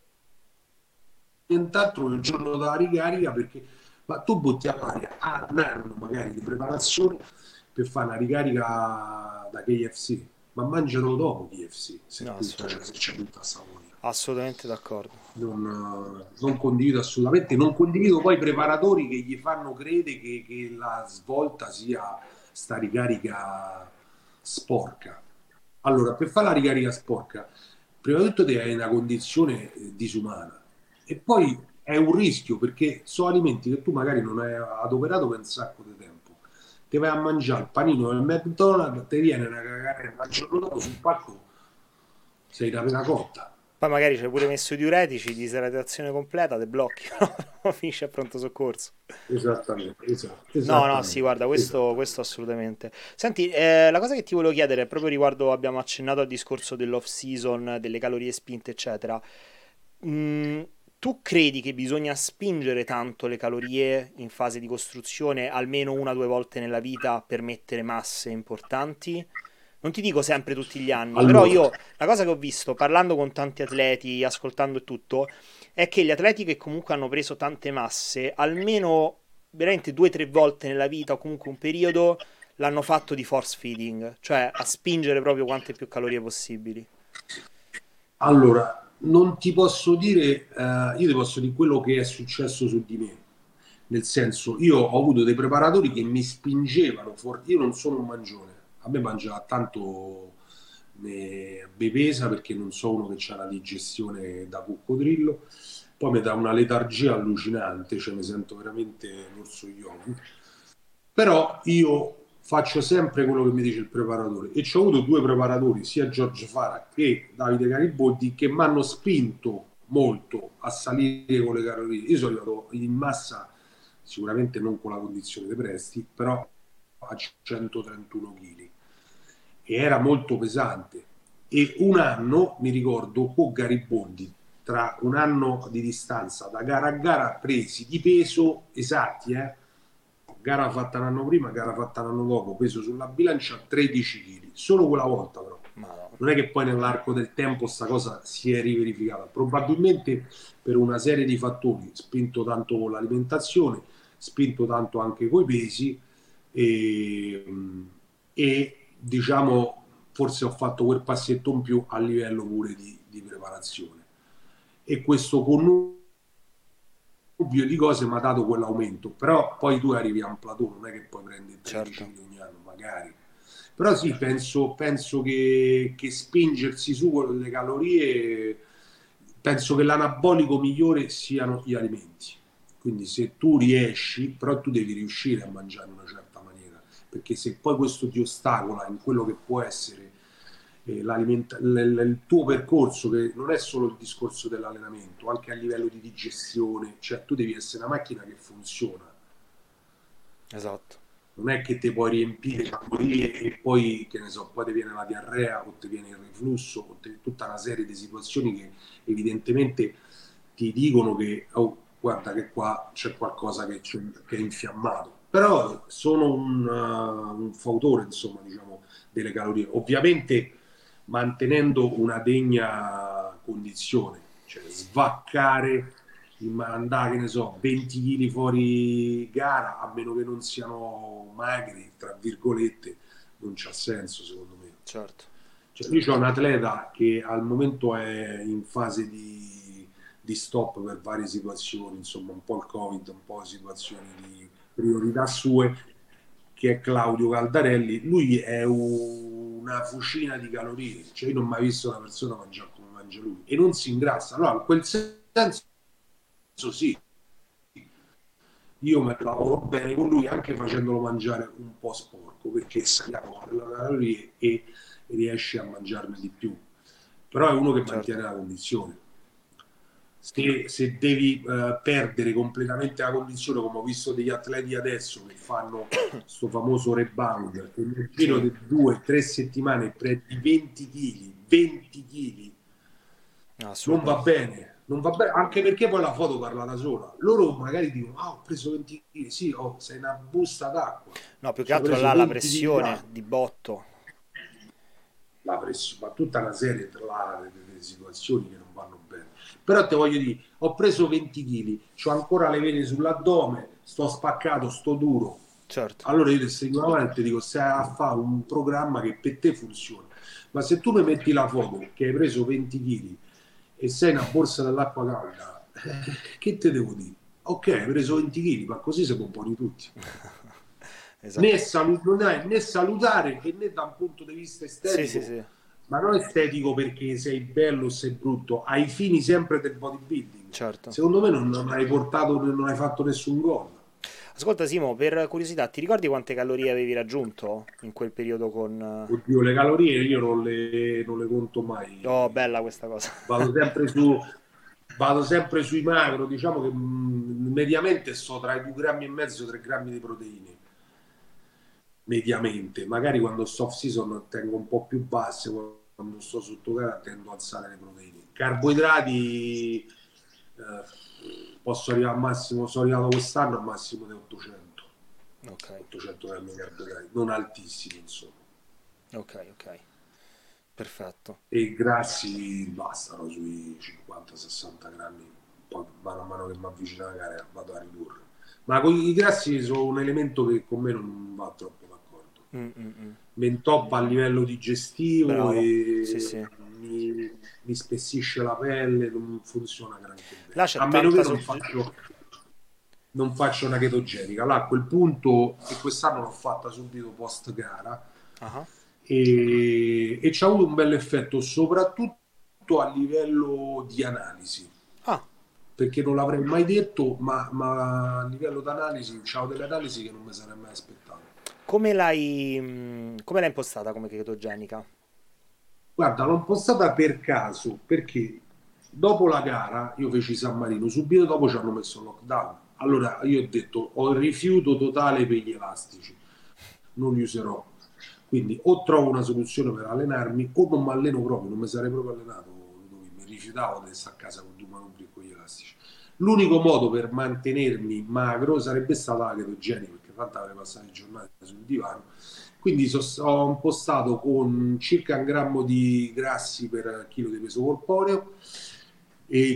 nient'altro il giorno della ricarica, perché ma tu butti a fare a un anno magari di preparazione per fare una ricarica da K F C, ma mangiano dopo K F C se, No, tutta, cioè, assolutamente. se c'è tutta questa voglia. Assolutamente d'accordo. Non, non condivido assolutamente, non condivido poi i preparatori che gli fanno credere che, che la svolta sia sta ricarica sporca. Allora, per fare la ricarica sporca, prima di tutto devi avere una condizione eh, disumana e poi è un rischio perché sono alimenti che tu magari non hai adoperato per un sacco di tempo. Ti vai a mangiare il panino del McDonald's, ti viene una cagare il giorno dopo sul pacco, sei una pena cotta. Poi magari c'è pure messo diuretici, disidratazione completa, te blocchi, no? Finisce a pronto soccorso. Esattamente, esatto, No, no, sì, guarda, esattamente, questo, questo esattamente. assolutamente. Senti, eh, la cosa che ti volevo chiedere, proprio riguardo, abbiamo accennato al discorso dell'off season, delle calorie spinte, eccetera. Mm, tu credi che bisogna spingere tanto le calorie in fase di costruzione almeno una o due volte nella vita per mettere masse importanti? Non ti dico sempre tutti gli anni, però Allora, io la cosa che ho visto parlando con tanti atleti, ascoltando e tutto, è che gli atleti che comunque hanno preso tante masse, almeno veramente due o tre volte nella vita o comunque un periodo, l'hanno fatto di force feeding, cioè a spingere proprio quante più calorie possibili. allora, non ti posso dire, eh, io ti posso dire quello che è successo su di me. Nel senso, io ho avuto dei preparatori che mi spingevano forte. Io non sono un mangione, a me mangia tanto me, me pesa perché non so uno che ha la digestione da coccodrillo, poi mi dà una letargia allucinante, cioè mi sento veramente l'orso yogi. Però io faccio sempre quello che mi dice il preparatore e ci ho avuto due preparatori, sia Giorgio Fara che Davide Gariboldi, che mi hanno spinto molto a salire con le calorie. Io sono arrivato in massa, sicuramente non con la condizione dei presti, però a centotrentuno chili e era molto pesante. E un anno, mi ricordo, con Gariboldi, tra un anno di distanza da gara a gara, presi di peso esatti, eh? Gara fatta un anno prima, gara fatta un anno dopo, peso sulla bilancia tredici chili, solo quella volta però. Madonna. Non è che poi nell'arco del tempo sta cosa si è riverificata, probabilmente per una serie di fattori, spinto tanto con l'alimentazione, spinto tanto anche coi pesi e, e diciamo forse ho fatto quel passetto in più a livello pure di, di preparazione e questo connubio di cose mi ha dato quell'aumento, però poi tu arrivi a un plateau, non è che puoi prendere tredici Certo. chili ogni anno magari, però sì, penso, penso che, che spingersi su con le calorie, penso che l'anabolico migliore siano gli alimenti, quindi se tu riesci, però tu devi riuscire a mangiare in una certa maniera, perché se poi questo ti ostacola in quello che può essere eh, l'alimenta- l- l- il tuo percorso, che non è solo il discorso dell'allenamento, anche a livello di digestione, cioè tu devi essere una macchina che funziona. Esatto. Non è che ti puoi riempire calorie e poi, che ne so, poi ti viene la diarrea o ti viene il reflusso o te- tutta una serie di situazioni che evidentemente ti dicono che, oh, guarda che qua c'è qualcosa che, c'è- che è infiammato. Però sono un, uh, un fautore, insomma, diciamo, delle calorie. Ovviamente mantenendo una degna condizione, cioè svaccare, andare, che ne so, venti chili fuori gara, a meno che non siano magri, tra virgolette, non c'ha senso secondo me. Certo. Cioè, io ho un atleta che al momento è in fase di, di stop per varie situazioni, insomma un po' il Covid, un po' situazioni di priorità sue, che è Claudio Caldarelli. Lui è un- una fucina di calorie, cioè io non ho mai visto una persona mangiare come mangia lui e non si ingrassa. Allora, in quel senso sì, io me la lavoro bene con lui anche facendolo mangiare un po' sporco perché saliamo le calorie e riesce a mangiarne di più, però è uno che mantiene Certo. la condizione. Se, se devi eh, perdere completamente la condizione, come ho visto degli atleti adesso che fanno questo famoso rebound, e nel giro Sì, di due o tre settimane prendi venti chili, venti chili, non va assurdo. bene, non va bene, anche perché poi la foto parla da sola. Loro magari dicono, ah, ho preso venti chili, sì, oh, sei una busta d'acqua, No, più che ci hai altro preso là la venti chili pressione d'acqua. di botto. La pressione, ma tutta una serie tra delle situazioni che non vanno bene. Però te voglio dire, ho preso venti chili, ho ancora le vene sull'addome, sto spaccato, sto duro. Certo. Allora io ti stringo la mano e ti dico, stai a fare un programma che per te funziona. Ma se tu mi metti la foto che hai preso venti chili e sei una borsa dell'acqua calda, eh, che te devo dire? Ok, hai preso venti chili, ma così si componi tutti. Né, Esatto. salu- non è né salutare e né da un punto di vista Sì, sì, estetico, sì. ma non estetico perché sei bello o sei brutto, ai fini sempre del bodybuilding. Certo. Secondo me non, non hai portato, non hai fatto nessun gol. Ascolta Simo, per curiosità, ti ricordi quante calorie avevi raggiunto in quel periodo con... Oddio, le calorie io non le, non le conto eh, Oh, mai. bella questa cosa. Vado sempre su, vado sempre sui macro, diciamo che mh, mediamente sto tra i due grammi e mezzo e tre grammi di proteine. Mediamente, magari quando sto off season tengo un po' più basse, quando sto sotto gara tendo a alzare le proteine. Carboidrati eh, posso arrivare al massimo, sono arrivato quest'anno al massimo di ottocento, Ok, ottocento grammi di carboidrati, non altissimi insomma. ok, ok. Perfetto. E grassi bastano sui cinquanta sessanta grammi, poi mano a mano che mi avvicino alla gara vado a ridurre. Ma con i grassi sono un elemento che con me non va troppo d'accordo. Mm, mm, mm. Mi intoppa a livello digestivo Bravo. Sì, e sì. mi, mi spessisce la pelle, non funziona granché Là bene. c'è A meno che tanta... non so- faccio, non faccio una chetogenica. Là a quel punto, e quest'anno l'ho fatta subito post gara, Ah, e, e ci ha avuto un bel effetto, soprattutto a livello di analisi, ah, perché non l'avrei mai detto, ma, ma a livello di analisi, c'ho delle analisi che non mi sarei mai aspettato. come l'hai mm, come l'hai impostata come chetogenica? Guarda, l'ho postata per caso, perché dopo la gara io feci San Marino, subito dopo ci hanno messo il lockdown. Allora io ho detto ho il rifiuto totale per gli elastici, non li userò. Quindi o trovo una soluzione per allenarmi o non mi alleno proprio, non mi sarei proprio allenato, mi rifiutavo di stare a casa con due manubri e con gli elastici. L'unico modo per mantenermi magro sarebbe stata la chetogenica, perché tanto avrei passato le giornate sul divano. Quindi so, ho impostato con circa un grammo di grassi per chilo di peso corporeo e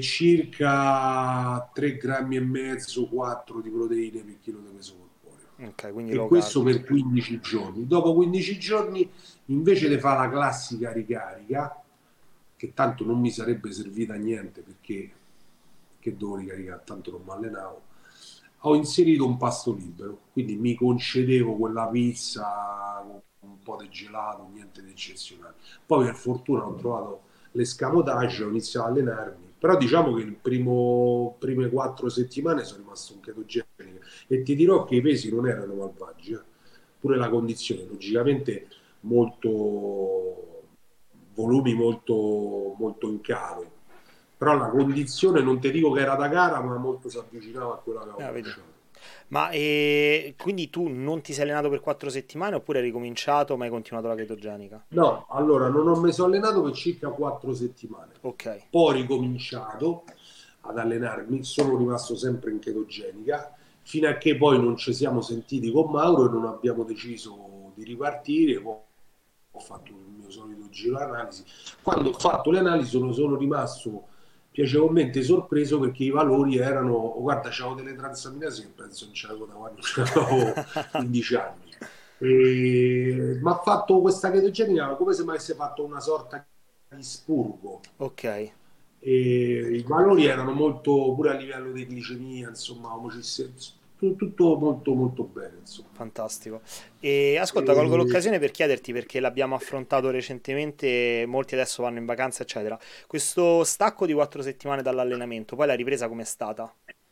circa tre grammi e mezzo, quattro di proteine per chilo di peso corporeo. Ok, quindi E low questo carb. per quindici giorni. Dopo quindici giorni, invece di fare la classica ricarica, che tanto non mi sarebbe servita a niente perché che devo ricaricare, tanto non mi allenavo, ho inserito un pasto libero, quindi mi concedevo quella pizza con un po' di gelato, niente di eccezionale. Poi per fortuna ho trovato l'escamotage, ho iniziato a allenarmi, però diciamo che il primo prime quattro settimane sono rimasto un chetogenico e ti dirò che i pesi non erano malvagi, eh. Pure la condizione, logicamente molto volumi molto, molto in calo. Però la condizione non ti dico che era da gara, ma molto si avvicinava a quella che avevo Ah, vedi. lasciato. Ma e, quindi tu non ti sei allenato per quattro settimane oppure hai ricominciato ma hai continuato la chetogenica? No, allora non ho mai sono allenato per circa quattro settimane. Ok, Poi ho ricominciato ad allenarmi, sono rimasto sempre in chetogenica, fino a che poi non ci siamo sentiti con Mauro e non abbiamo deciso di ripartire. Poi ho fatto il mio solito giro analisi. Quando ho fatto le analisi sono, sono rimasto piacevolmente sorpreso perché i valori erano, oh, guarda, c'avevo delle transaminasi che penso non c'avevo da quando avevo quindici anni. E... ma ha fatto questa chetogenica come se mi avesse fatto una sorta di spurgo. ok, E i valori erano molto, pure a livello di glicemia, insomma, omocistezza, tutto molto molto bene, insomma. fantastico. E ascolta, colgo E l'occasione per chiederti perché l'abbiamo affrontato recentemente, molti adesso vanno in vacanza, eccetera. Questo stacco di quattro settimane dall'allenamento, poi la ripresa com'è stata?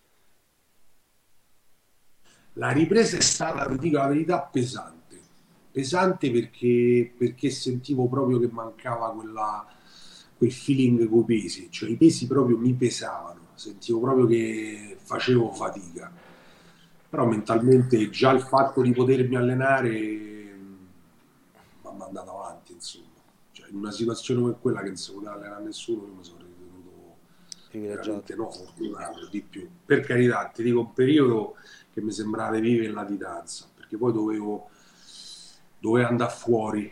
la ripresa è stata, vi dico la verità, pesante. Pesante perché, perché sentivo proprio che mancava quella, quel feeling con i pesi, cioè i pesi proprio mi pesavano, sentivo proprio che facevo fatica. Però mentalmente già il fatto di potermi allenare mi ha mandato avanti, insomma. Cioè, in una situazione come quella che non si poteva allenare a nessuno, io mi sono ritenuto Privilegiato. veramente no, fortunato di più. Per carità, ti dico un periodo che mi sembrava di vivere in latitanza, perché poi dovevo, dovevo andare fuori,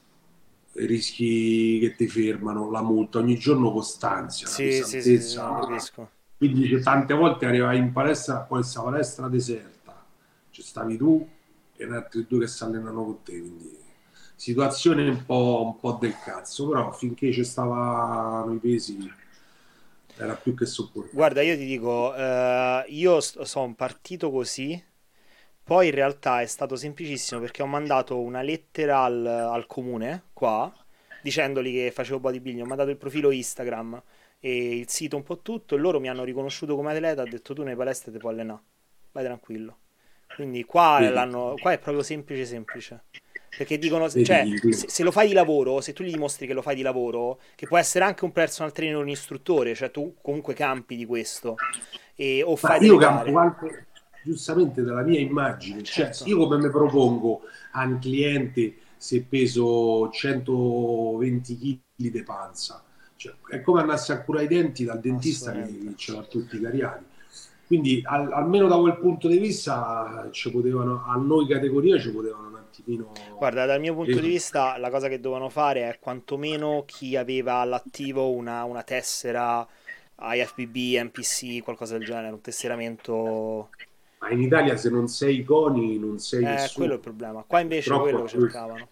i rischi che ti fermano, la multa, ogni giorno costanza, la Sì, sì, sì, sì, sì, pesantezza. capisco. Quindi cioè, tante volte arrivavi in palestra, poi questa palestra deserta, ci stavi tu e gli altri due che si allenano con te, quindi situazione un po', un po' del cazzo, però finché ci stavano i pesi era più che sopportabile. Guarda, io ti dico, eh, io st- sono partito così, poi in realtà è stato semplicissimo perché ho mandato una lettera al, al comune qua dicendogli che facevo bodybuilding, ho mandato il profilo Instagram e il sito un po' tutto e loro mi hanno riconosciuto come atleta, ha detto tu nei palestre ti puoi allenare, vai tranquillo. Quindi qua, Vedi, l'hanno- qua è proprio semplice semplice. Perché dicono, cioè, vedi, se, se lo fai di lavoro, se tu gli dimostri che lo fai di lavoro, che può essere anche un personal trainer o un istruttore, cioè tu comunque campi di questo, e- o ma fai io delle campo gare. anche giustamente dalla mia Eh, immagine, cioè certo, io come mi propongo a un cliente se peso centoventi chili di panza, cioè, è come andarsi a curare i denti dal dentista che, assolutamente. che ce l'ha tutti cariati. Quindi al- almeno da quel punto di vista ci potevano, a noi categoria ci potevano un attimino... Guarda, dal mio punto di eh, vista, la cosa che dovevano fare è quantomeno chi aveva all'attivo una, una tessera I F B B, N P C, qualcosa del genere, un tesseramento. ma in Italia se non sei Coni non sei Eh, quello è il nessuno. problema. Qua invece quello Purtroppo che è questo. cercavano.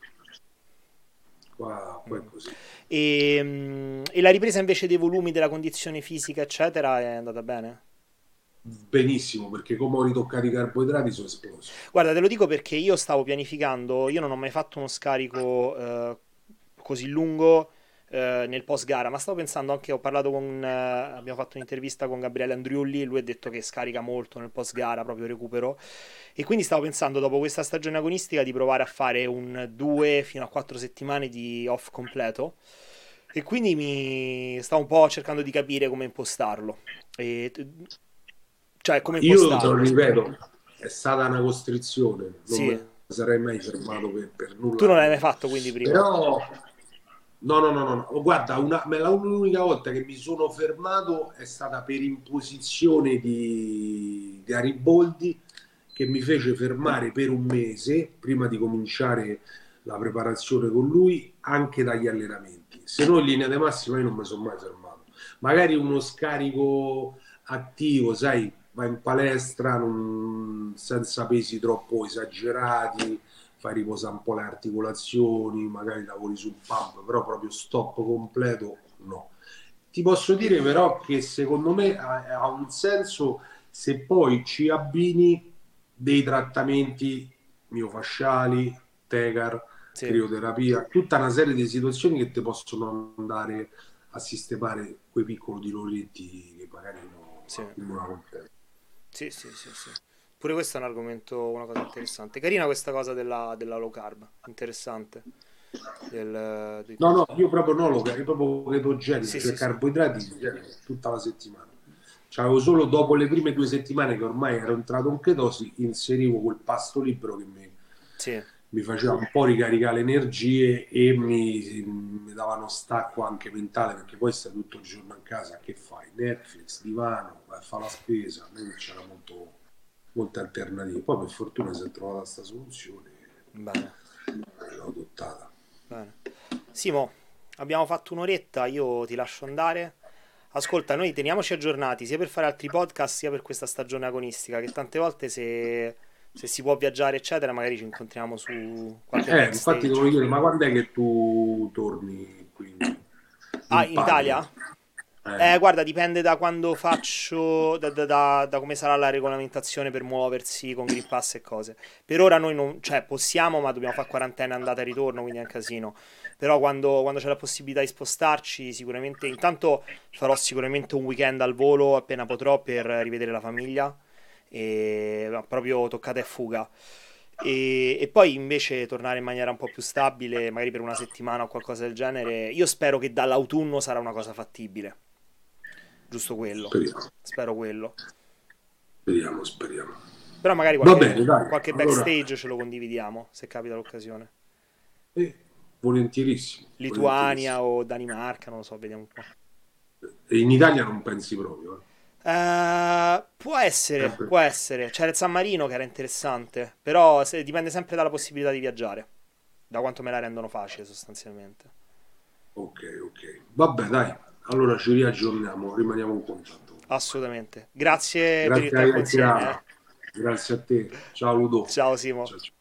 Qua, qua è Mm. così. E, mm, e la ripresa invece dei volumi della condizione fisica, eccetera, è andata bene? Benissimo, perché come ho ritoccato i carboidrati sono esploso. Guarda, te lo dico perché io stavo pianificando, io non ho mai fatto uno scarico eh, così lungo eh, nel post gara, ma stavo pensando anche, ho parlato con, eh, abbiamo fatto un'intervista con Gabriele Andriulli, lui ha detto che scarica molto nel post gara, proprio recupero, e quindi stavo pensando dopo questa stagione agonistica di provare a fare un due fino a quattro settimane di off completo, e quindi mi stavo un po' cercando di capire come impostarlo, e, cioè come Io te lo impostarlo. ripeto, è stata una costrizione, non Sì, mi sarei mai fermato per, per tu nulla non al l'hai mai mondo. fatto quindi prima? Però, no, no, no, no, no. Guarda, una, me la- l'unica volta che mi sono fermato è stata per imposizione di Gariboldi, che mi fece fermare per un mese prima di cominciare la preparazione con lui, anche dagli allenamenti. Se no, in linea di massima, io non mi sono mai fermato. Magari uno scarico attivo, sai, vai in palestra non- senza pesi troppo esagerati, fai riposare un po' le articolazioni, magari lavori sul pump, però proprio stop completo no. Ti posso dire però che secondo me ha, ha un senso se poi ci abbini dei trattamenti miofasciali, Tegar, Sì, crioterapia, tutta una serie di situazioni che ti possono andare a sistemare quei piccoli doloretti che magari uno sì, accumula con te. sì, sì, sì, sì. Pure questo è un argomento, una cosa interessante. Carina questa cosa della, della low carb, interessante. Del, di... No, no, io proprio non lo io proprio ketogenico, Sì, cioè sì, sì. carboidrati eh, tutta la settimana. C'avevo solo dopo le prime due settimane che ormai ero entrato in chetosi, inserivo quel pasto libero che mi, Sì. mi faceva un po' ricaricare le energie e mi, mi davano stacco anche mentale, perché poi stai tutto il giorno a casa, che fai? Netflix, divano, vai a fare la spesa, non c'era molto, molte alternative. Poi per fortuna si è trovata questa soluzione Bene, e l'ho adottata. bene. Simo, abbiamo fatto un'oretta, io ti lascio andare. Ascolta, noi teniamoci aggiornati sia per fare altri podcast sia per questa stagione agonistica, che tante volte se, se si può viaggiare, eccetera, magari ci incontriamo su qualche Eh, infatti backstage. devo dire, ma quando è che tu torni qui Ah, in in patria? Italia? Eh, Eh, guarda, dipende da quando faccio, da, da- da- da come sarà la regolamentazione per muoversi con Green Pass e cose. Per ora noi non, cioè, possiamo, ma dobbiamo fare quarantena andata e ritorno, quindi è un casino. Però quando, quando c'è la possibilità di spostarci, sicuramente, intanto farò sicuramente un weekend al volo appena potrò per rivedere la famiglia. E ma proprio toccata e fuga. E, e poi invece tornare in maniera un po' più stabile, magari per una settimana o qualcosa del genere. Io spero che dall'autunno sarà una cosa fattibile. Giusto quello. speriamo, Spero quello. speriamo, speriamo. Però magari Va qualche, bene, dai, qualche allora, backstage ce lo condividiamo, se capita l'occasione. eh, volentierissimo, Lituania volentierissimo. o Danimarca, non lo so, vediamo un po'. E in Italia non pensi proprio, Eh, può eh? essere, Eh, può essere. C'era il San Marino che era interessante, però se- dipende sempre dalla possibilità di viaggiare, da quanto me la rendono facile sostanzialmente. ok, ok. Vabbè, dai, allora ci riaggiorniamo, rimaniamo in contatto. Assolutamente. Grazie per il Grazie alla tempo insieme, eh. chiacchierata, grazie a te. Ciao Ludo. Ciao Simo. Ciao, ciao.